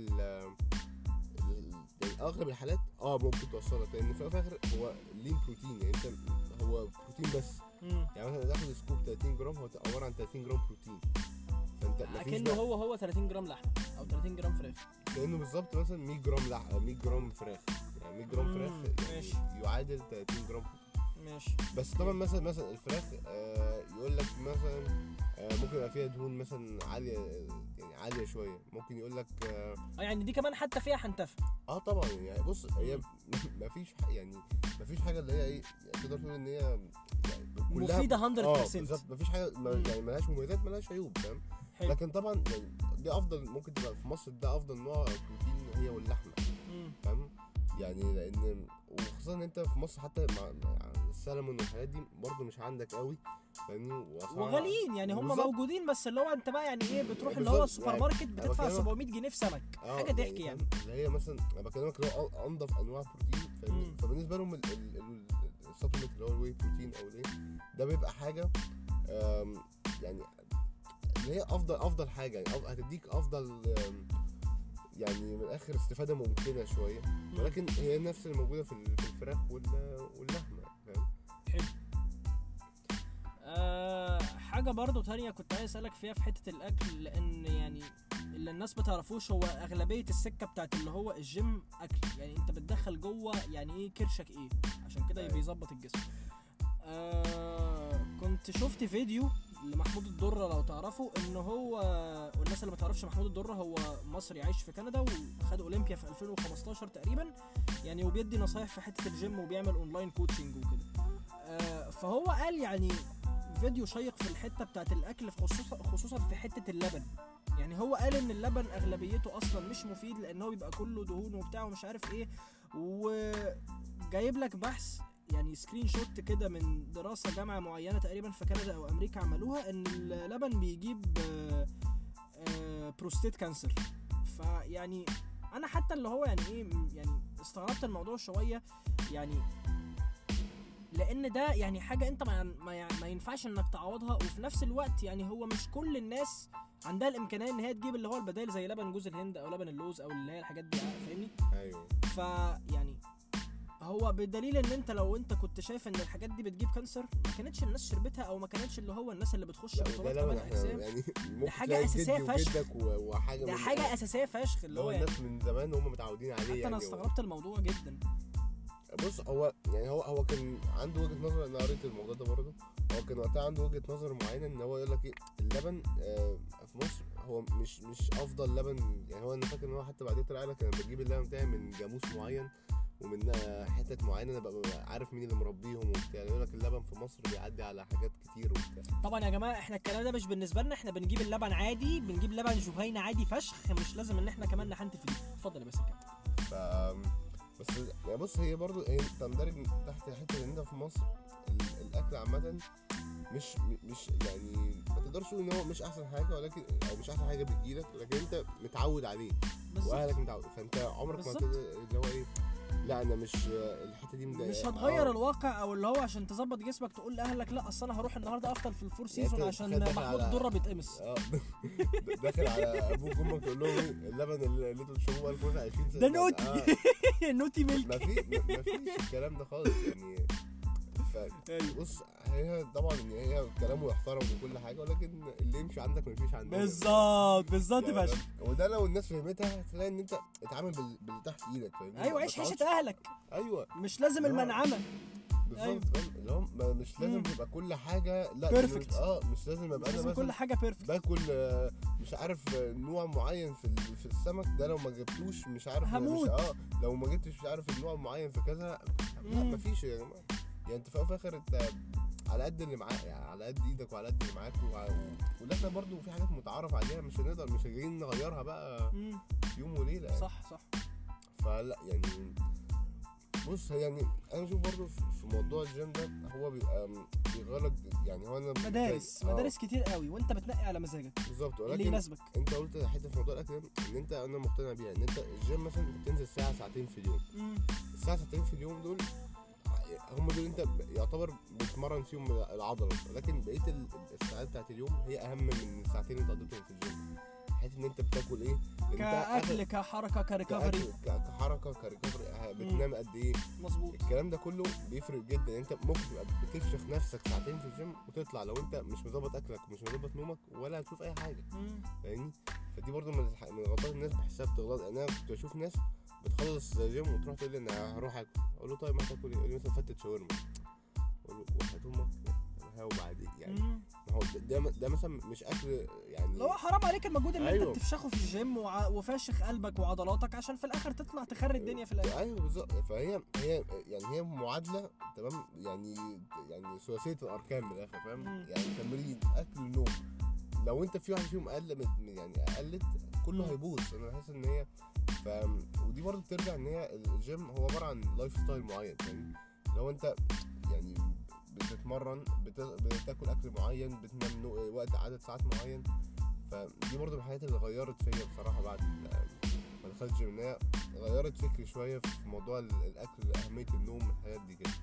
يعني اغلب الحالات ممكن توصلك، لان في الاخر هو لين بروتين، يعني انت هو بروتين بس. يعني مثلا تاخد سكوب 30 جرام هو عباره عن 30 جرام بروتين، فانت اكنه هو 30 جرام لحمه او 30 جرام فراخ، كانه بالظبط مثلا 100 جرام لحمه 100 جرام فراخ، يعني 100 جرام فراخ يعني يعادل 30 جرام بروتين. ماشي. بس طبعا مثلا الفراخ يقول لك مثلا ممكن يبقى فيها دهون مثلا عاليه، يعني عاليه شويه، ممكن يقول لك يعني دي كمان حتى فيها حنتفه. طبعا يعني بص هي مفيش حاجه اللي هي ايه تقدر تقول ان هي يعني كلها مفيده 100%. بالظبط، مفيش حاجه يعني ملهاش مميزات ملهاش عيوب، فاهم؟ لكن طبعا يعني دي افضل، ممكن تبقى في مصر ده افضل نوع بروتين هي واللحمه، فاهم؟ يعني لان وخصوصا ان انت في مصر حتى مع السلمون والحاجات دي برضه مش عندك قوي، فاهمني؟ وغاليين يعني هم موجودين، بس اللي هو انت بقى يعني ايه بتروح اللي هو السوبر ماركت بتدفع 700 جنيه في سمك، حاجه ضحك يعني. اللي هي مثلا انا بكلمك اللي هو انضف انواع بروتين، فاهمني؟ فبالنسبه لهم السبلمنت اللي هو الواي بروتين او الايه ده بيبقى حاجه يعني اللي هي افضل حاجه، يعني هتديك افضل يعني من الاخر استفاده ممكنه شويه، ولكن هي نفس اللي موجوده في الفراخ واللحمه، فاهم؟ حلو. حاجه برضو تانية كنت عايز اسالك فيها في حته الاكل، لان يعني اللي الناس بتعرفوش هو اغلبيه السكه بتاعت اللي هو الجيم اكل، يعني انت بتدخل جوه يعني ايه كرشك ايه، عشان كده بيظبط الجسم. كنت شفت فيديو لمحمود الدرة، لو تعرفوا ان هو، والناس اللي ما تعرفش محمود الدرة هو مصري عايش في كندا وخد اولمبيا في 2015 تقريبا يعني، وبيدي نصايح في حته الجيم وبيعمل اونلاين كوتشنج وكده. فهو قال يعني فيديو شيق في الحته بتاعت الاكل، خصوصا في حته اللبن. يعني هو قال ان اللبن اغلبيته اصلا مش مفيد، لان هو بيبقى كله دهون وبتاع ومش عارف ايه، وجايب لك بحث يعني سكرين شوت كده من دراسة جامعة معينة تقريبا في كندا او امريكا عملوها، ان اللبن بيجيب بروستيت كانسر. فيعني انا حتى اللي هو يعني ايه يعني استغربت الموضوع شوية، يعني لان ده يعني حاجة انت ما ينفعش انك تعوضها، وفي نفس الوقت يعني هو مش كل الناس عندها الامكانية ان هي تجيب اللي هو البدائل زي لبن جوز الهند او لبن اللوز او اللي هي الحاجات دي، فاهمني؟ ايوه. فيعني هو بدليل ان انت لو انت كنت شايف ان الحاجات دي بتجيب كانسر، ما كانتش الناس شربتها، او ما كانتش اللي هو الناس اللي بتخش بطولات كمال اجسام. يعني ده حاجه اساسيه فشخ، وحاجه ده حاجه اساسيه فشخ اللي هو الناس من زمان هم متعودين عليه. حتى انا استغربت الموضوع جدا. بص هو يعني هو كان عنده وجهه نظر، انا قريت الموضوع ده برضه، هو كان وقتها عنده وجهه نظر معينه ان هو يقول لك ايه اللبن في مصر هو مش افضل لبن، يعني هو انا فاكر ان هو حتى بعدين طلع لك انا بجيب اللبن بتاعي من جاموس معين ومن حتت معينه، انا ببقى عارف مين اللي مربيهم وبتاع، يقول لك اللبن في مصر بيعدي على حاجات كتير وبتاع. طبعا يا جماعه احنا الكلام ده مش بالنسبه لنا، احنا بنجيب اللبن عادي، بنجيب لبن جهينه عادي فشخ، مش لازم ان احنا كمان نحنتف فيه. اتفضل يا بس كده. بس يعني بص هي برضو هي تندرج تحت حته ان انت في مصر الاكل عامه مش يعني ما تقدرش تقول ان هو مش احسن حاجه، ولكن او مش احسن حاجه بتجيلك، لكن انت متعود عليه واهلك متعود، فانت عمرك ما اللي هو ايه لا انا مش الحته دي مضايقه. مش هتغير الواقع، او اللي هو عشان تظبط جسمك تقول لاهلك لا اصل انا هروح النهارده افطر في الفور سيزون عشان محمود الدره بيتقمص. داخل على ابوك وامك تقول لهم اللبن اللي انتوا بتشربوه بقالكم 20 سنه ده نوتي. نوتي ميلك. ما فيش الكلام ده خالص يعني. بص هي طبعا ان هي كلامه يحترم وكل حاجه، ولكن اللي يمشي عندك ما يمشيش عندك. بالظبط يا باشا. وده لو الناس فهمتها هتلاقي ان انت اتعامل باللي تحت ايدك، فاهمني؟ ايوه عيش عيشه اهلك. ايوه مش لازم المنعمه. بالظبط. اللي هو مش لازم تبقى كل حاجه لا بيرفكت. مش لازم ابقى انا كل حاجه بيرفكت. باكل مش عارف نوع معين في السمك ده، لو ما جبتوش مش عارف هموت. لو ما جبتش مش عارف النوع معين في كذا. لا مفيش يا جماعه. يعني انت في الاول وفي الاخر انت على قد اللي معاك، يعني على قد ايدك وعلى قد اللي معاك ولا احنا برضو في حاجات متعارف عليها مش جايين نغيرها بقى يوم وليله يعني. صح فلا يعني بص يعني انا بشوف برضو في موضوع الجيم ده هو بيبقى بيغلق يعني. هو انا مدارس كتير قوي وانت بتنقي على مزاجك بالظبط، ولكن اللي يناسبك. انت قلت حته في موضوع الاكل ان انا مقتنع بيها ان انت الجيم مثلا بتنزل ساعه ساعتين في اليوم. الساعه ساعتين في اليوم دول هم دول انت يعتبر بتمرن فيهم العضله، ولكن بقيه الساعات بتاعت اليوم هي اهم من الساعتين اللي انت قضيتهم في الجيم. حيث ان انت بتاكل ايه كاكل كحركه كريكفري بتنام قد ايه. مظبوط. الكلام ده كله بيفرق جدا. انت ممكن تبقى بتفشخ نفسك ساعتين في الجيم وتطلع لو انت مش مظبط اكلك ومش مظبط نومك ولا هتشوف اي حاجه، فاهمني؟ فدي برضو من غلطات الناس بحسها بتغلط. انا كنت بشوف ناس بتخلص جيم وتروح تقول لي انا هروح اكل، اقول له طيب ما تاكل ايه؟ يقول لي مثلا فتة شاورما، اقول له وحياة امك وبعدين يعني ما هو ده مثلا مش اكل يعني. لو حرام عليك المجهود اللي انت بتفشخه في الجيم وفاشخ قلبك وعضلاتك عشان في الاخر تطلع تخرب الدنيا في الاخر. ايوه بالظبط. فهي يعني هي معادله تمام يعني ثلاثيه الاركان من الاخر، فاهم؟ يعني تمرين اكل نوم. لو انت في واحد فيهم قلت كله هيبوظ. انا بحس ان هي ودي برضه بترجع ان هي الجيم هو عباره عن لايف ستايل معين، يعني لو انت يعني بتتمرن بتاكل اكل معين، بتنام وقت عدد ساعات معين. فدي برضه من الحاجات اللي غيرت فيا بصراحه بعد ما دخلت الجيم، ان هي غيرت فكري شويه في موضوع الاكل، اهميه النوم، الحاجات دي كده.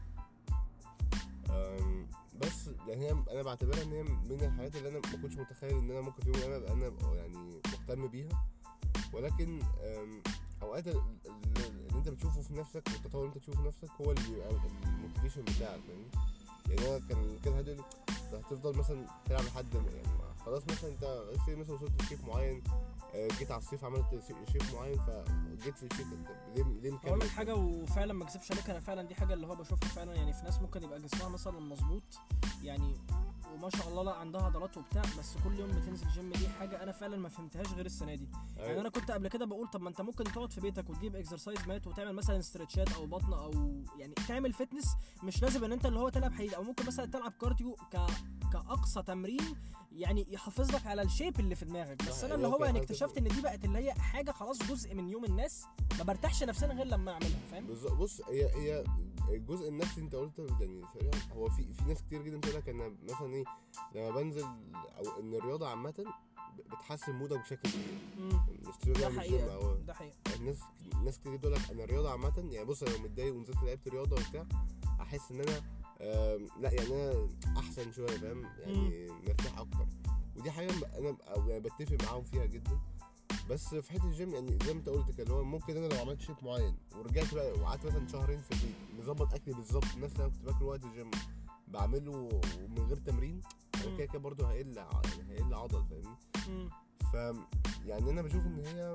بس يعني انا بعتبرها ان هي من الحاجات اللي انا ما كنتش متخيل ان انا ممكن في يوم من الايام ابقى انا يعني مهتم بيها. ولكن اوقات اللي انت بتشوفه في نفسك والتطور اللي انت تشوفه في نفسك هو اللي بيبقى الموتيفيشن بتاعك، فاهمني؟ يعني انا كان كده حد يقول لي هتفضل مثلا تلعب لحد يعني خلاص مثلا انت مثلا وصلت لشيب معين، جيت على الصيف عملت شيب معين فجيت في الشيب، ليه مكمل؟ اقول لك حاجه وفعلا ما اكذبش عليك، انا فعلا دي حاجه اللي هو بشوفها فعلا. يعني في ناس ممكن يبقى جسمها مثلا مظبوط يعني وما شاء الله لا عندها عضلات وبتاع، بس كل يوم بتنزل جيم. دي حاجه انا فعلا ما فهمتهاش غير السنه دي. يعني انا كنت قبل كده بقول طب ما انت ممكن تقعد في بيتك وتجيب اكسرسايز مات وتعمل مثلا ستريتشات او بطن او يعني تعمل فتنس، مش لازم ان انت اللي هو تلعب حديد، او ممكن مثلا تلعب كارديو كاقصى تمرين يعني يحافظ لك على الشيب اللي في دماغك. بس انا اللي هو يعني اكتشفت ان دي بقت اللي هي حاجه خلاص جزء من يوم الناس، ما برتاحش نفسيا غير لما اعملها، فاهم؟ بص هي الجزء النفسي انت قلت يعني هو في ناس كتير جدا تقول لك انا مثلا ايه لما بنزل او ان الرياضه عامه بتحسن مودك بشكل كبير. مش ده حقيقة. ده حقيقة. الناس كتير تقول لك انا الرياضه عامه يعني بص لو متضايق ونزلت لعبت رياضه وبتاع احس ان انا لا يعني انا احسن شويه، فاهم؟ يعني مرتاح اكتر. ودي حاجه انا يعني بتفق معاهم فيها جدا. بس في حته الجيم يعني زي ما انت قلت كده، هو ممكن انا لو عملت شيء معين ورجعت بقى وقعدت مثلا شهرين في البيت مظبط اكلي بالظبط نفس اللي انا كنت باكله وقت الجيم بعمله ومن غير تمرين، انا كده برضه هيقل عضل، فاهمني؟ ف يعني انا بشوف ان هي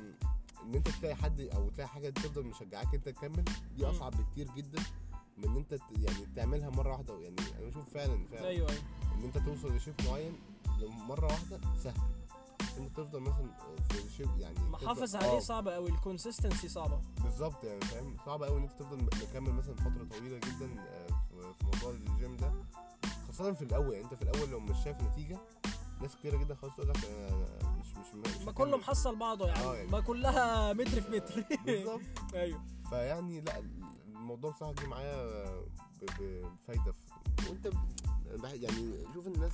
ان انت تلاقي حد او تلاقي حاجه تفضل مشجعاك انت تكمل، دي اصعب بكتير جدا من ان انت يعني تعملها مره واحده. يعني انا بشوف فعلا ايوه ان انت توصل لشيء معين مره واحده سهل، انت تفضل مثلا في شيء يعني محافظ عليه صعب قوي، الكونسيستنسي صعبه بالظبط يعني، فاهم؟ صعب قوي ان انت تفضل مكمل مثلا فتره طويله جدا في موضوع الجيم ده، خاصه في الاول. يعني انت في الاول لو مش شايف نتيجه ناس كتير جدا خلاص تقول لك مش ما كله محصل بعضه يعني ما كلها متر في متر بالظبط. ايوه. فيعني لا الموضوع بصراحه جه معايا بفايده وانت يعني شوف الناس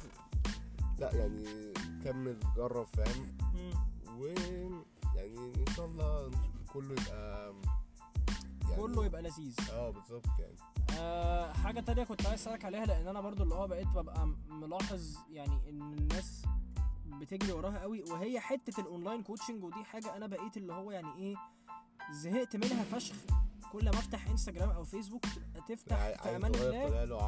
لا يعني كمل جرب، فاهم؟ ويعني ان شاء الله كله يبقى يعني كله يبقى لذيذ. بالظبط يعني. حاجه تانية كنت عايز اسالك عليها، لان انا برضو اللي هو بقيت ببقى ملاحظ يعني ان الناس بتجري وراها قوي، وهي حته الاونلاين كوتشنج. ودي حاجه انا بقيت اللي هو يعني ايه زهقت منها فشخ. كل ما افتح انستجرام او فيسبوك تفتح في امان الله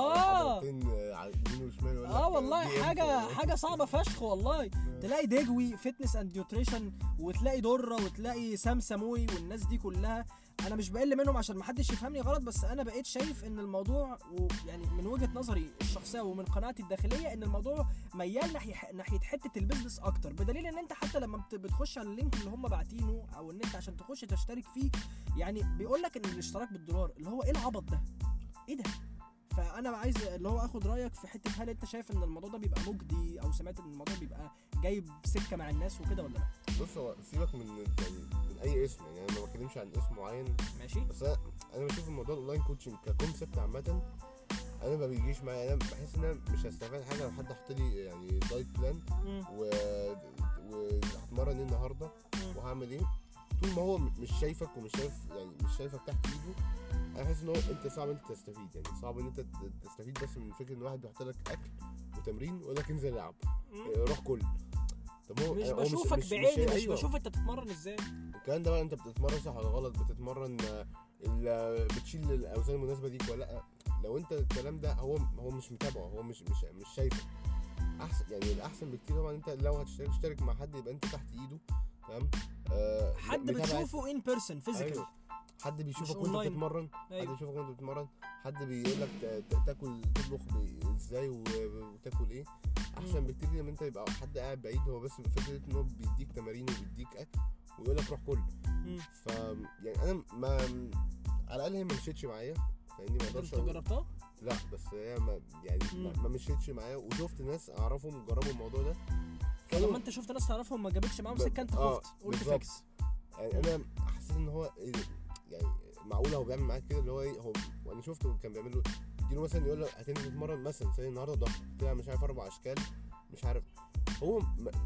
يمين وشمال والله حاجه صعبه فشخ والله. تلاقي دجوي فتنس اند نيوتريشن، وتلاقي دره، وتلاقي سام سموي والناس دي كلها. انا مش بقل منهم عشان محدش يفهمني غلط، بس انا بقيت شايف ان الموضوع يعني من وجهة نظري الشخصية ومن قناعتي الداخلية ان الموضوع ميال ناحية حتة البيزنس اكتر. بدليل ان انت حتى لما بتخش على اللينك اللي هم باعتينه، او ان انت عشان تخش تشترك فيه يعني بيقول لك ان الاشتراك بالدولار، اللي هو ايه العبط ده؟ ايه ده؟ فانا عايز اللي هو اخد رايك في حته، هل انت شايف ان الموضوع ده بيبقى مجدي، او سمعت ان الموضوع بيبقى جايب سكه مع الناس وكده ولا لا؟ بص، هو سيبك من اي اسم، يعني انا ما بتكلمش عن اسم معين ماشي، بس انا بشوف الموضوع الاونلاين كوتشنج ككونسبت عامه انا ما بيجيش معايا. انا بحس ان انا مش هستفاد حاجه لو حد حط لي يعني دايت بلان وهتمرن ايه النهارده وهعمل ايه، طول ما هو مش شايفك ومش شايف يعني مش شايفك تحت ايده. انا بحس ان هو انت صعب انت تستفيد، يعني صعب ان انت تستفيد بس من فكره ان واحد بيحط لك اكل وتمرين ويقول لك انزل العب روح كل. طب هو مش بشوفك بعيني، مش بشوف انت بتتمرن ازاي. الكلام ده بقى انت بتتمرن صح ولا غلط، بتتمرن بتشيل الاوزان المناسبه ليك ولا لا. لو انت الكلام ده هو مش متابعه، هو مش شايفه، احسن يعني الاحسن بكتير طبعا انت لو هتشترك مع حد يبقى انت تحت ايده، تمام. حد بتشوفه ان بيرسون فيزيكال. أيوه. حد بيشوفك وانت بتتمرن، أيوه. حد بيشوفك وانت بتتمرن، حد بيقول لك تاكل تطبخ ازاي وتاكل ايه. احسن بكتير من انت يبقى حد قاعد بعيد، هو بس فكره ان هو بيديك تمارين وبيديك اكل ويقول لك روح كل. ف يعني انا ما على الاقل هي ما مشيتش معايا، فاهمني. ما اقدرش انت جربتها؟ لا، بس هي ما مشيتش معايا، وشفت ناس اعرفهم جربوا الموضوع ده. لما انت شفت ناس تعرفهم ما جابتش معاهم سكه انت خفت قلت فيكس. يعني انا حسيت ان هو يعني معقوله هو بيعمل معاك كده، اللي هو ايه هو. وانا شفته كان بيعمل له يديله مثلا يقول له هتنزل تتمرن مثلا زي النهارده ضغط كده مش عارف 4 اشكال مش عارف. هو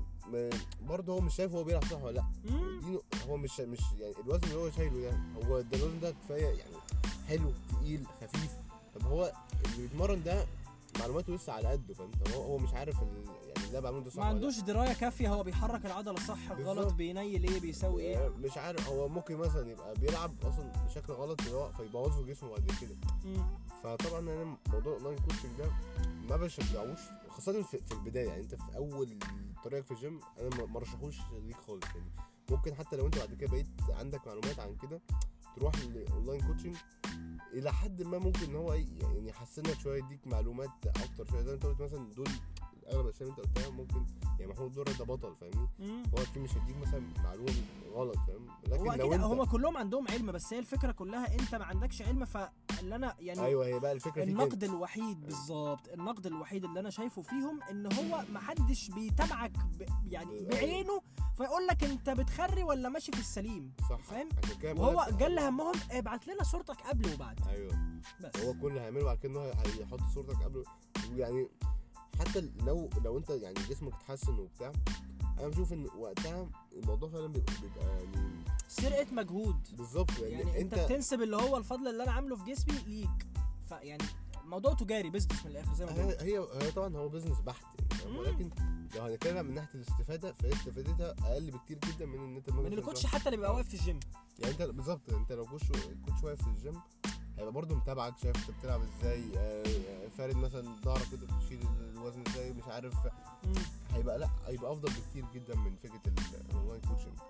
برضه هو مش شايف هو بيلعب صح ولا لا. هو مش يعني الوزن اللي هو شايله ده، هو ده الوزن ده كفايه يعني حلو تقيل خفيف. طب هو اللي بيتمرن ده معلوماته لسه على قده، فهمت. هو مش عارف يعني اللي بعمله ده صح، ما عندوش درايه كافيه. هو بيحرك العضله صح غلط، بينيل ايه بيسوي ايه، مش عارف. هو ممكن مثلا يبقى بيلعب اصلا بشكل غلط فيبوظ له جسمه بعد كده. فطبعا انا موضوع الاونلاين كوتشنج ده ما بشجعوش، خاصه في البدايه. يعني انت في اول طريقك في الجيم انا ما رشحوش ليك خالص. يعني ممكن حتى لو انت بعد كده بقيت عندك معلومات عن كده تروح للاونلاين كوتشنج الى حد ما، ممكن ان هو يعني يحسنك شويه، يديك معلومات اكتر شويه. زي ما انت قلت مثلا دول اغلب الاشياء اللي انت قلتها ممكن يعني محمود دره ده بطل، فاهمني. هو اكيد مش هيديك مثلا معلومه غلط، فاهم. لكن لو انت هم كلهم عندهم علم، بس هي الفكره كلها انت ما عندكش علم. فاللي انا يعني ايوه هي بقى الفكره النقد الوحيد بالظبط، النقد الوحيد اللي انا شايفه فيهم ان هو ما حدش بيتابعك يعني بعينه فيقول لك انت بتخري ولا ماشي في السليم، فاهم. وهو جل همهم ابعت لنا صورتك قبل وبعد. ايوه بس هو كل اللي هيعمله بعد كده انه هيحط صورتك قبل. يعني حتى لو انت يعني جسمك اتحسن وبتاع، انا بشوف ان وقتها الموضوع فعلا بيبقى يعني سرقه مجهود بالظبط. يعني انت بتنسب اللي هو الفضل اللي انا عامله في جسمي ليك. فيعني موضوع تجاري بيزنس من الاخر زي ما قلت. هي طبعا هو بيزنس بحت يعني، ولكن لو هنتكلم من ناحيه الاستفاده فهي استفادتها اقل بكتير جدا من ان انت من الكوتش حتى اللي بيبقى واقف في الجيم. يعني انت بالظبط، انت لو كوتش واقف في الجيم هيبقى برضه متابعك، شايف انت بتلعب ازاي، فارد مثلا ظهرك وانت بتشيل الوزن ازاي مش عارف. هيبقى افضل بكتير جدا من فكره الاونلاين كوتشنج.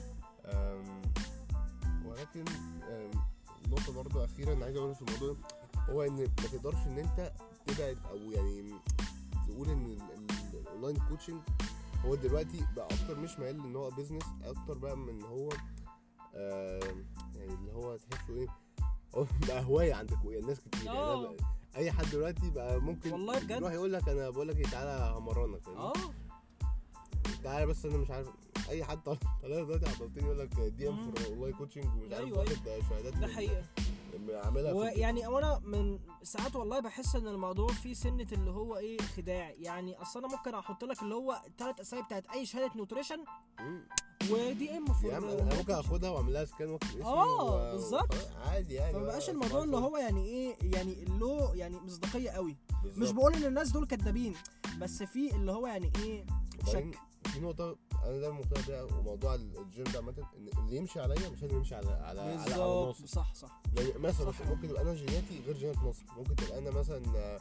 ولكن نقطه برضه اخيره انا عايز اقولها في الموضوع ده، هو ان ما تقدرش ان انت تبعد او يعني تقول ان الاونلاين كوتشنج هو دلوقتي بقى اكتر مش مايل ان هو بيزنس اكتر بقى من هو يعني اللي هو تحسه ايه، هو بقى هوايه عندك يعني ناس كتير. يعني اي حد دلوقتي بقى ممكن يروح يقول لك انا بقول لك ايه تعالى همرنك، تعالى بس انا مش عارف. اي حد طالع دلوقتي عطلتني يقول لك دي ام في اونلاين كوتشنج ومش عارف واخد شهادات. ده حقيقه عاملها. ويعني انا من ساعات والله بحس ان الموضوع فيه سنه اللي هو ايه خداع. يعني اصل انا ممكن احط لك اللي هو 3 اسامي بتاعت اي شهاده نيوتريشن ودي ام فور يا عم انا ممكن اخدها واعمل لها سكان واكتب اسمي بالظبط عادي يعني. فما بقاش الموضوع اللي هو يعني ايه يعني له يعني مصداقيه قوي. بالزبط. مش بقول ان الناس دول كدابين، بس في اللي هو يعني ايه شك. في نقطه انا دايما مقتنع بيها، وموضوع الجيم ده عامه ان اللي يمشي عليا مش لازم يمشي على مصر. صح يعني مثلا ممكن تبقى انا جيناتي غير جينات مصر، ممكن تبقى انا مثلا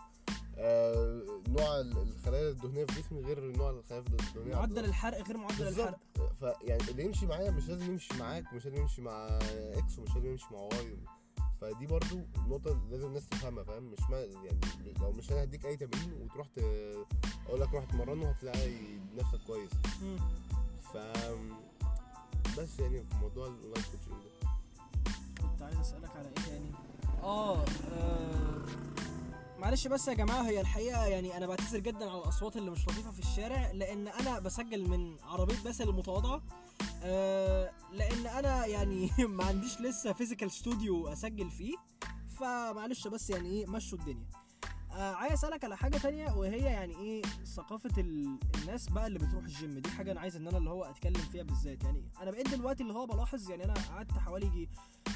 نوع الخلايا الدهنيه في جسمي غير نوع الخلايا الدهنيه، معدل الحرق غير معدل الحرق. فيعني اللي يمشي معايا مش لازم يمشي معاك، ومش لازم يمشي مع اكس، ومش لازم يمشي مع واي. فدي برضو نقطه لازم الناس تفهمها، فاهم؟ مش يعني لو مش انا هديك اي تمرين وتروح اقول لك روح اتمرن وهتلاقي نفسك كويس. ف بس يعني في موضوع الاونلاين كوتشنج ده كنت عايز اسالك على ايه تاني. معلش بس يا جماعه، هي الحقيقه يعني انا بعتذر جدا على الاصوات اللي مش لطيفه في الشارع، لان انا بسجل من عربيه باسل المتواضعه، لان انا يعني ما عنديش لسه فيزيكال ستوديو اسجل فيه، فمعلش بس يعني ايه مشوا الدنيا. عايز اسالك على حاجه تانية، وهي يعني ايه ثقافه الناس بقى اللي بتروح الجيم. دي حاجه انا عايز ان انا اللي هو اتكلم فيها بالذات. يعني انا بقيت دلوقتي اللي هو بلاحظ، يعني انا قعدت حوالي يجي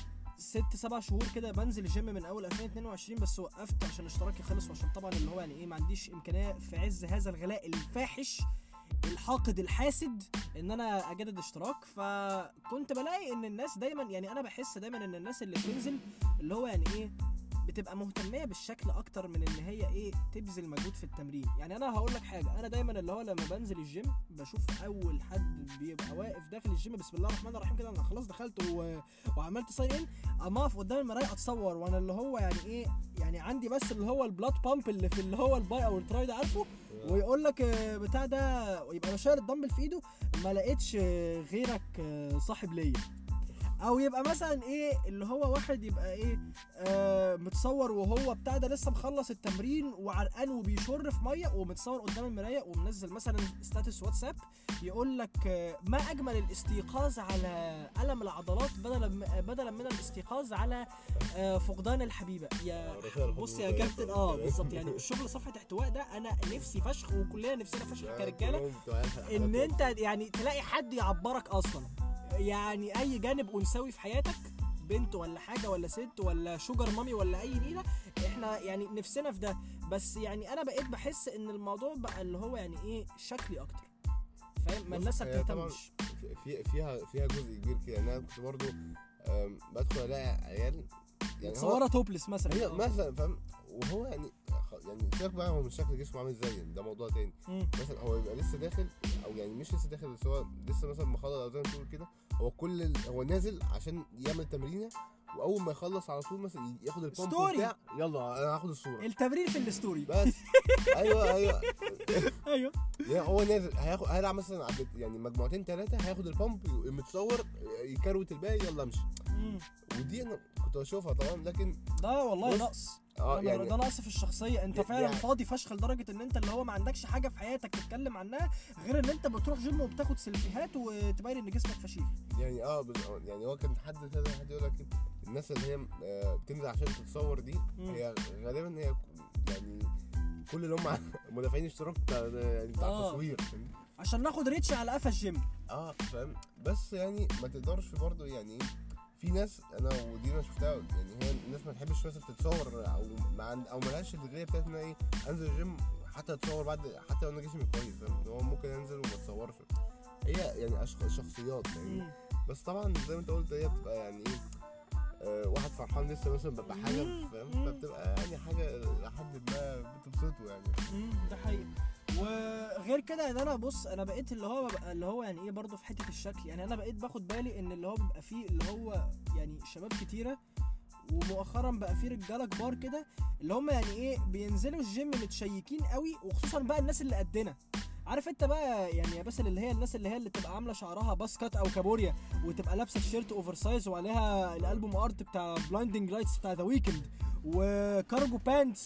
6-7 شهور كده بنزل الجيم من اول 2022، بس وقفت عشان اشتراكي خلص، وعشان طبعا اللي هو يعني ايه ما عنديش امكانيه في عز هذا الغلاء الفاحش الحاقد الحاسد ان انا اجدد اشتراك. فكنت بلاقي ان الناس دايما، يعني انا بحس دايما ان الناس اللي بتنزل اللي هو يعني ايه بتبقى مهتميه بالشكل اكتر من ان هي ايه تبذل مجهود في التمرين. يعني انا هقول لك حاجه، انا دايما اللي هو لما بنزل الجيم بشوف اول حد بيبقى واقف داخل الجيم بسم الله الرحمن الرحيم كده، انا خلاص دخلت وعملت ساين ان، اما اقف قدام المرايه اتصور وانا اللي هو يعني ايه يعني عندي بس اللي هو البلاد بامب اللي في اللي هو الباي او التراي ده عارفه، ويقول لك بتاع ده ويبقى شايل الدمبل في ايده، ما لقيتش غيرك صاحب ليا. او يبقى مثلا ايه اللي هو واحد يبقى ايه متصور وهو بتاع ده لسه مخلص التمرين وعرقان وبيشر في ميه، ومتصور قدام المرايه ومنزل مثلا ستاتس واتساب يقول لك ما اجمل الاستيقاظ على الم العضلات بدلا من الاستيقاظ على فقدان الحبيبه. يا بص يا كابتن بالظبط. يعني الشغل صفحه احتواء ده انا نفسي فشخ، وكلنا نفسنا فشخ كرجاله، ان انت يعني تلاقي حد يعبرك اصلا، يعني اي جانب انثوي في حياتك، بنت ولا حاجه ولا ست ولا شوجر مامي ولا اي نيله، احنا يعني نفسنا في ده. بس يعني انا بقيت بحس ان الموضوع بقى اللي هو يعني ايه شكلي اكتر، فاهم؟ ما الناس ما بتهتمش فيها جزء كبير كده. انا كنت برضو بدخل الاقي عيال يعني صورة توبلس مثلا، هي مثلا فاهم، وهو يعني سيبك بقى هو من شكل جسمه عامل ازاي، ده موضوع تاني. مثلا هو يبقى لسه داخل، او يعني مش لسه داخل، بس هو لسه مثلا مخلص او زي ما تقول كده، هو هو نازل عشان يعمل تمرينه، واول ما يخلص على طول مثلا ياخد البامب بتاع يلا انا هاخد الصوره، التمرين في الستوري بس. ايوه ايوه يعني هو نازل هيلعب مثلا يعني مجموعتين 3، هياخد البامب متصور يكروت الباقي يلا امشي. ودي انا كنت بشوفها طبعا، لكن ده والله نقص. يعني ده نقص في الشخصيه. انت فعلا يعني فاضي فشخ لدرجه ان انت اللي هو ما عندكش حاجه في حياتك تتكلم عنها غير ان انت بتروح جيم وبتاخد سيلفيهات وتبين ان جسمك فشيخ. يعني يعني هو كان حد يقول لك الناس اللي هي بتنزل عشان تتصور دي هي غالبا هي يعني كل اللي هم مدافعين اشتراك يعني بتاع التصوير عشان ناخد ريتش على قفا الجيم. فاهم. بس يعني ما تقدرش برضه يعني في ناس انا ودي انا شفتها، يعني هي الناس ما تحبش مثلا تتصور او مالهاش الغيه بتاعت ان ايه انزل الجيم حتى اتصور بعد، حتى لو انا جسمي كويس، فاهم؟ هو ممكن انزل وما اتصورش. هي يعني شخصيات يعني. بس طبعا زي ما انت قلت هي بتبقى يعني ايه واحد فرحان لسه مثلا ببقى حاجه، فاهم؟ فبتبقى يعني حاجه لحد ما بتبسطه يعني. ده حقيقي. وغير كده ان انا بص انا بقيت اللي هو يعني ايه برضو في حته الشكل. يعني انا بقيت باخد بالي ان اللي هو بيبقى فيه اللي هو يعني شباب كتيره، ومؤخرا بقى فيه رجاله كبار كده اللي هم يعني ايه بينزلوا الجيم متشيكين قوي، وخصوصا بقى الناس اللي قدنا. عارف انت بقى يعني يا باسل اللي هي الناس اللي تبقى عامله شعرها باسكت او كابوريا، وتبقى لابسه تيشيرت اوفر سايز وعليها الالبوم ارت بتاع بلايندنج لايتس بتاع ذا ويكند، وكارجو بانتس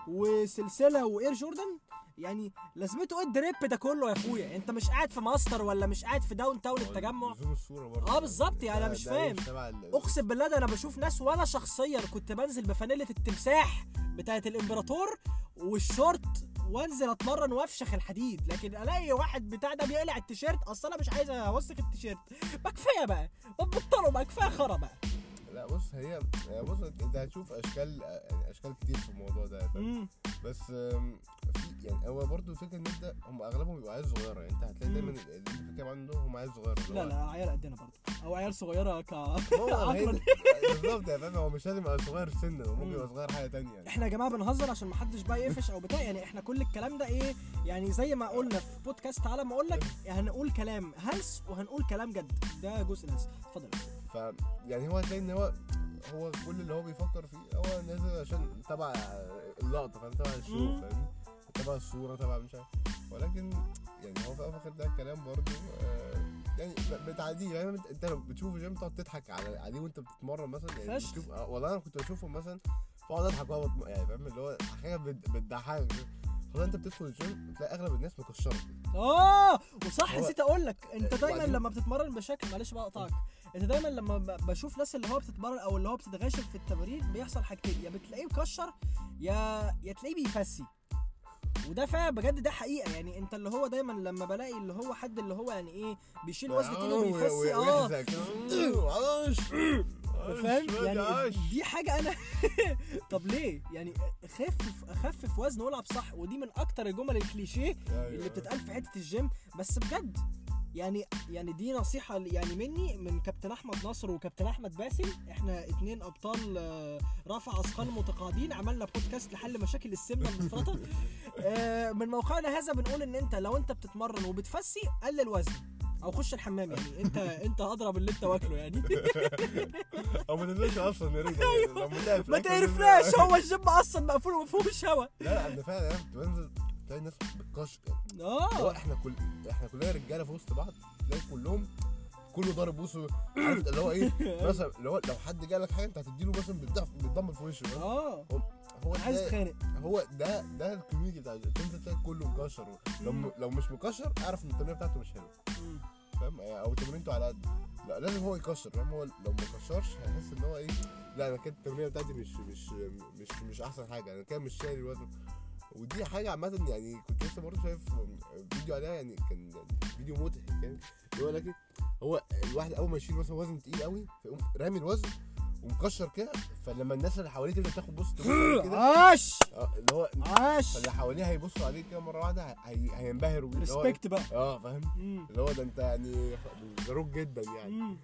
وسلسله واير جوردن. يعني لازمته ايه الدريب ده كله يا اخويا؟ انت مش قاعد في ماستر ولا مش قاعد في داون تاون التجمع؟ بالظبط. يعني انا مش فاهم، اقسم بالله ده انا بشوف ناس، وانا شخصيا كنت بنزل بفانيله التمساح بتاعه الامبراطور والشورت وانزل اتمرن وافشخ الحديد، لكن الاقي واحد بتاع ده بيقلع التيشيرت، اصل انا مش عايز اوسخ التيشيرت، ما كفايه بقى، بطلوا بقى، كفايه خرا بقى. لا بص بص انت هتشوف اشكال كتير في الموضوع ده، فاهم؟ بس في يعني هو برضه فكره ان انت هم اغلبهم بيبقوا عيال صغيره، يعني انت هتلاقي دايما اللي بتتكلم عنه هم عيال صغيره. لا عيال قدنا برضه، او عيال صغيره عقلا. بالظبط يا فاهم، هو مش لازم يبقى صغير سنا، هو ممكن يبقى صغير حاجه ثانيه يعني. احنا يا جماعه بنهزر عشان ما حدش بقى يقفش او بتاع، يعني احنا كل الكلام ده ايه يعني زي ما قلنا في بودكاست تعالى ما اقول لك، هنقول كلام هلس وهنقول كلام جد، ده جزء الهلس. اتفضل. يعني هو هتلاقي ان هو كل اللي هو بيفكر فيه هو نازل عشان تبع اللقطه، فاهم؟ تبع الشو، فاهم؟ تبع الصوره، تبع مش عارف، ولكن يعني هو في اخر ده الكلام برضه يعني بتعديه. يعني انت بتشوف جيم تقعد تضحك عليه وانت بتتمرن مثلا، يعني بتشوف والله انا كنت بشوفهم مثلا بقعد اضحك يعني فاهم اللي هو حاجه بتضحك. خلاص انت بتدخل الجيم بتلاقي اغلب الناس مكشره. وصح نسيت اقول لك، انت دايما لما بتتمرن بشكل، معلش بقى اقطعك، انت دايما لما بشوف ناس اللي هو بتتمرن او اللي هو بتتغاشم في التمرين بيحصل حاجتين، يا بتلاقيه مكشر يا تلاقيه بيفسي. وده فعلا بجد ده حقيقه، يعني انت اللي هو دايما لما بلاقي اللي هو حد اللي هو يعني ايه بيشيل وزن تقيل وبيفسي فاهم يعني دي حاجه انا طب ليه يعني اخفف وزن والعب صح، ودي من اكتر الجمل الكليشيه اللي بتتقال في حته الجيم، بس بجد يعني دي نصيحه يعني مني من كابتن احمد نصر وكابتن احمد باسل، احنا 2 ابطال رفع اثقال متقاعدين، عملنا بودكاست لحل مشاكل السمنه المفرطه. من موقعنا هذا بنقول ان انت لو انت بتتمرن وبتفسي قلل وزن او خش الحمام، يعني انت اضرب اللي انت واكله يعني او ما تنزلش اصلا يا ريت ما تعرفناش، هو الجيم اصلا مقفول ومفهومش هوا. لا انا فعلا بنزل تلاقي الناس بتكشر يعني. احنا كلنا رجاله في وسط بعض، تلاقي كله ضارب بوسه، عارف اللي هو ايه مثلا اللي هو لو حد جالك حاجه انت هتديله مثلا بالضم في وشه. هو عايز تخانق. هو ده الكوميدي بتاع تنزل تلاقي كله مكشر، لو مش مكشر اعرف ان التمرين بتاعته مش حلوه، فاهم؟ او تمرينته على قد، لا لازم هو يكشر، فاهم؟ هو لو ما كشرش هيحس ان هو ايه، لا انا كده التمرين بتاعتي مش احسن حاجه، انا كده مش شايل الوزن. ودي حاجه عامه يعني كنت لسه برضه شايف فيديو عليها، يعني كان فيديو مضحك يعني يقول لك هو الواحد اول ما يشيل مثلا وزن تقيل قوي فيقوم رامي الوزن ومكشر كده، فلما الناس اللي حواليه تبدا تاخد بص كده عاش اللي هو عاش، فاللي حواليه هيبصوا عليه كده مره واحده هينبهروا ريسبكت بقى فاهم اللي هو ده انت يعني ضروك جدا يعني.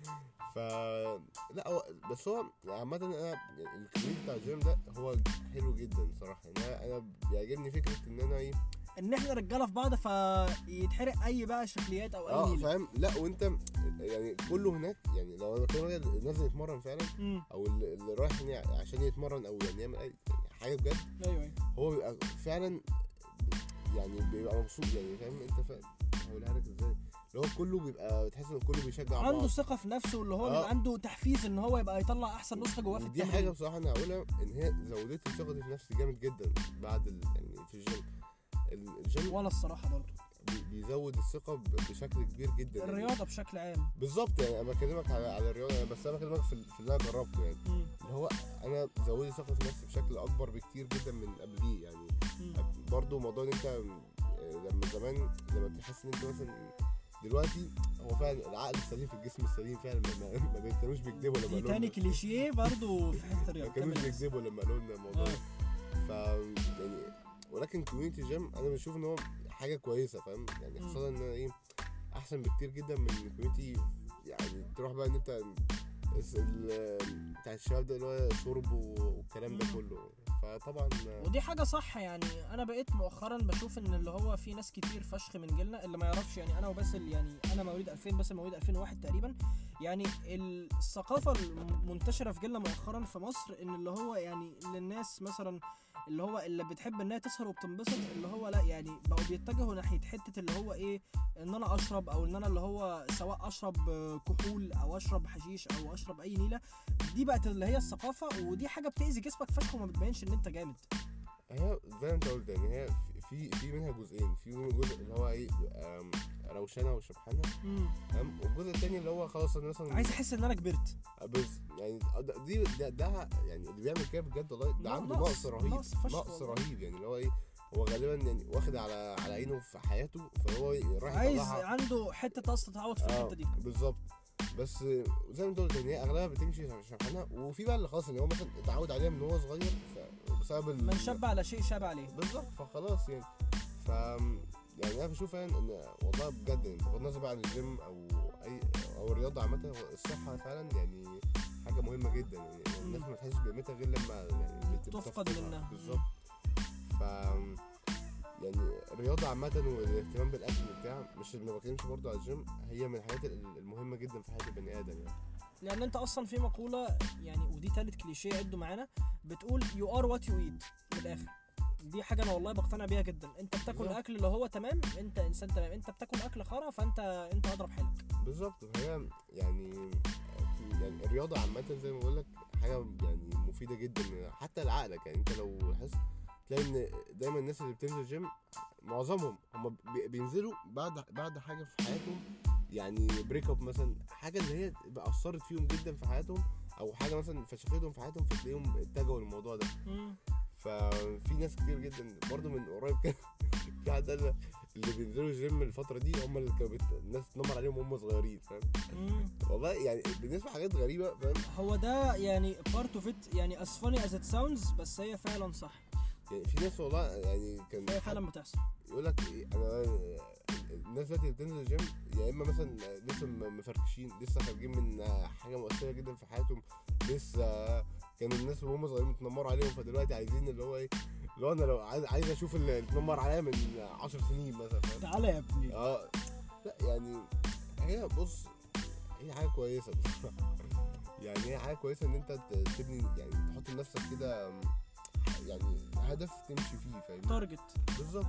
لا هو بس هو عامه انا الكوميدي بتاع الجيم ده هو حلو جدا صراحه، يعني انا بيعجبني فكره ان انا ان احنا رجاله في بعض فيتحرق اي بقى شكليات او اي نيله، فاهم؟ لا وانت يعني كله هناك، يعني لو انا كان نازل يتمرن فعلا او اللي رايح يعني عشان يتمرن او يعني يعمل اي حاجه بجد، ايوه هو بيبقى فعلا يعني بيبقى مبسوط، يعني فاهم انت هقولها لك ازاي، اللي هو كله بيبقى تحس ان كله بيشجع بعض، عنده ثقه في نفسه، اللي هو بيبقى عنده تحفيز ان هو يبقى يطلع احسن نسخه جواه في التمرين. دي حاجه بصراحه انا هقولها ان هي زودت لي ثقتي في نفسي جامد جدا بعد يعني في الجيم وانا الصراحه برضه بيزود الثقه بشكل كبير جدا، الرياضه يعني بشكل عام بالظبط. يعني انا بكلمك على الرياضه، بس انا بكلمك في اللي انا جربته، يعني اللي هو انا زودت ثقتي في نفسي بشكل اكبر بكتير جدا من قبليه يعني. برضه موضوع ان انت لما زمان لما تحس ان انت مثلا دلوقتي هو فعلا العقل السليم في الجسم السليم فعلا، ما كانوش بيكذبوا لما قالوا تاني كليشيه برضه في حته الرياضه، ما كانوش بيكذبوا لما قالوا لنا الموضوع يعني ولكن كوميونتي جيم انا بشوف ان هو حاجه كويسه، فاهم؟ يعني خصوصا ان احسن بكتير جدا من كوميونتي يعني تروح بقى ان انت بتاع الشباب ده اللي هو شرب والكلام ده كله، فطبعا ودي حاجه صح. يعني انا بقيت مؤخرا بشوف ان اللي هو في ناس كتير فشخ من جيلنا اللي ما يعرفش، يعني انا وباسل، يعني انا مواليد 2000 بس مواليد 2001 تقريبا، يعني الثقافه المنتشره في جيلنا مؤخرا في مصر ان اللي هو يعني للناس مثلا اللي هو اللي بتحب انها تسهر وبتنبسط، اللي هو لا يعني بقوا بيتجهوا ناحيه حته اللي هو ايه، ان انا اشرب او ان انا اللي هو سواء اشرب كحول او اشرب حشيش او اشرب اي نيله، دي بقت اللي هي الثقافه، ودي حاجه بتاذي جسمك فشخ وما بتبينش ان انت جامد. هي زي ما انت قلت يعني هي في منها جزئين، في جزء اللي هو ايه روشنه وشبحانه، تمام، والجزء الثاني اللي هو خلاص انا مثلا عايز احس ان انا كبرت، بس يعني ده يعني اللي بيعمل كده بجد والله ده عنده نقص رهيب يعني اللي هو ايه هو غالبا يعني واخد على عينه في حياته، فهو راح عايز يطلعها. عنده حته اصلا تتعوض في الحته دي. بالظبط. بس زي ما انت قلت ان هي اغلبها بتمشي شبحانها، وفي بقى اللي خلاص ان هو مثلا اتعود عليها من هو صغير بسبب من شاب على شيء شاب عليه. بالظبط، فخلاص يعني. ف يعني انا بشوف يعني ان والله بجد يعني بغض النظر بقى عن الجيم او الرياضه عامه، هو الصحه فعلا يعني حاجه مهمه جدا. يعني الناس ما تحسش بقيمتها غير لما يعني تفقد منها. بالظبط. ف يعني الرياضه عامه والاهتمام بالاكل وبتاع، مش ما بتكلمش برضه على الجيم، هي من الحاجات المهمه جدا في حياه البني ادم يعني. لان انت اصلا في مقوله يعني، ودي تالت كليشيه عدوا معانا، بتقول you are what you eat. من الاخر دي حاجه انا والله بقتنع بيها جدا. انت بتاكل اكل اللي هو تمام، انت انسان تمام. انت بتاكل اكل خرا، فانت اضرب حيلك. بالظبط. هي يعني الرياضه عامه زي ما بقول لك حاجه يعني مفيده جدا حتى لعقلك. يعني انت لو لاحظت تلاقي ان دايما الناس اللي بتنزل جيم معظمهم هم بينزلوا بعد حاجه في حياتهم، يعني بريك اب مثلا، حاجه اللي هي اثرت فيهم جدا في حياتهم، او حاجه مثلا فشختهم في حياتهم، فتلاقيهم اتجهوا للموضوع ده. ففي ناس كتير جدا برضو من قريب كده في حد قال اللي بينزلوا الجيم الفتره دي هم اللي كانوا الناس تنمر عليهم وهم صغيرين، فاهم؟ والله يعني بالنسبه لحاجات غريبه، فاهم؟ هو ده يعني part of it، يعني as funny as it sounds، بس هي فعلا صح. يعني في ناس والله يعني كان هي فعلا بتحصل. يقول لك انا الناس دلوقتي اللي بتنزل الجيم يا اما مثلا لسه مفركشين، لسه خارجين من حاجه مؤثره جدا في حياتهم، لسه كانوا الناس وهم صغيرين متنمروا عليهم، فدلوقتي عايزين اللي هو ايه، اللي هو انا لو عايز اشوف اللي اتنمر عليا من 10 سنين مثلا، فاهم؟ تعالى يا ابني. لا يعني هي بص، هي حاجه كويسه يعني هي حاجه كويسه ان انت تبني، يعني تحط لنفسك كده يعني هدف تمشي فيه، فاهم؟ تارجت. بالظبط.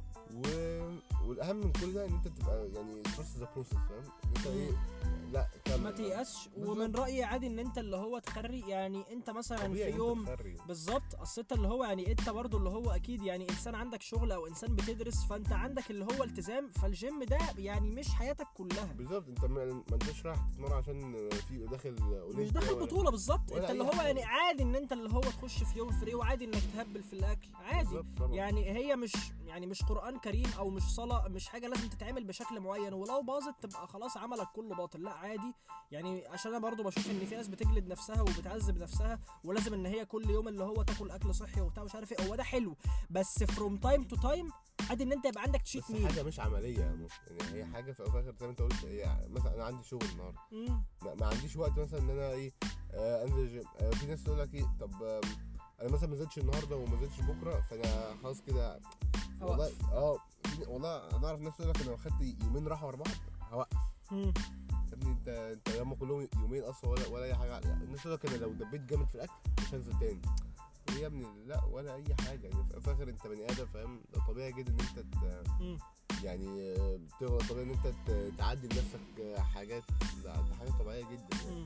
والاهم من كل ده ان انت تبقى يعني trust the process، فاهم؟ انت ايه، لا ما تيأسش. ومن رأيي عادي ان انت اللي هو تخري، يعني انت مثلا في يوم بالظبط، اصل انت اللي هو يعني انت برضو اللي هو اكيد يعني انسان عندك شغل او انسان بتدرس، فانت عندك اللي هو التزام، فالجيم ده يعني مش حياتك كلها. بالظبط. انت ما انتش رايح تتمرن عشان في داخل مش داخل بطولة. بالظبط. انت اللي هو يعني عادي ان انت اللي هو تخش في يوم فري، وعادي انك تهبل في الاكل عادي. يعني هي مش قرآن كريم او مش صلاة، مش حاجة لازم تتعمل بشكل معين، ولو باظت تبقى خلاص عملك كله باطل. لا عادي يعني، عشان انا برضو بشوف ان في ناس بتجلد نفسها وبتعذب نفسها، ولازم ان هي كل يوم اللي هو تاكل اكل صحي وبتاع مش عارف ايه. هو ده حلو، بس فروم تايم تو تايم عادي ان انت يبقى عندك تشيت ميل. حاجه مش عمليه يعني هي حاجه في الاخر زي ما انت قلت. هي مثلا انا عندي شغل النهارده، ما عنديش وقت مثلا ان انا ايه انزل الجيم. في ناس تقول لك ايه، طب انا مثلا ما نزلتش النهارده وما نزلتش بكره، فانا خلاص كده والله. والله انا اعرف ناس تقول لك انا لو خدت يومين راحه ورا بعض هوقف. يا ابني انت ياما كلهم يومين اصلا ولا اي حاجه. الناس تقول لك انا لو دبيت جامد في الاكل مش هنزل تاني. يا ابني لا، ولا اي حاجه. يعني في الاخر انت بني ادم، فاهم؟ طبيعي جدا ان انت يعني طبيعي ان انت تعدي لنفسك حاجات. ده حاجه طبيعيه جدا يعني.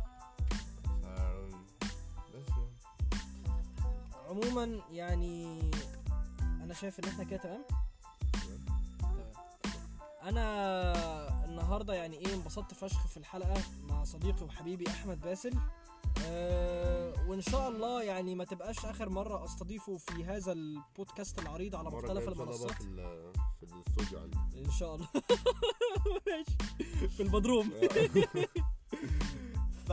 بس يعني عموما يعني انا شايف ان احنا كده تمام. انا النهارده يعني ايه انبسطت فشخ في الحلقه مع صديقي وحبيبي احمد باسل. وان شاء الله يعني ما تبقاش اخر مره استضيفه في هذا البودكاست العريض على مختلف المنصات. في الاستوديو عندي ان شاء الله. ماشي في البدروم. ف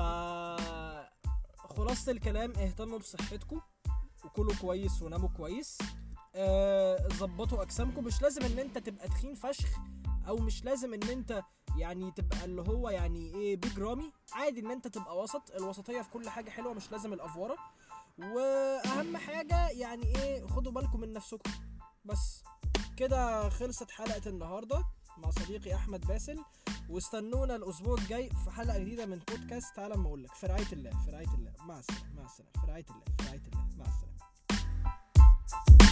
خلاصة الكلام، اهتموا بصحتكم وكلوا كويس وناموا كويس. ظبطوا اجسامكم. مش لازم ان انت تبقى تخين فشخ، او مش لازم ان انت يعني تبقى اللي هو يعني ايه بيج رامي. عادي ان انت تبقى وسط. الوسطيه في كل حاجه حلوه، مش لازم الافوره. واهم حاجه يعني ايه، خدوا بالكم من نفسكم. بس كده خلصت حلقه النهارده مع صديقي احمد باسل، واستنونا الاسبوع الجاي في حلقه جديده من بودكاست تعالى اما اقول لك. في رعايه الله، في رعايه الله. مع السلامه، مع السلامه. في رعايه الله، في رعايه الله. مع السلامه.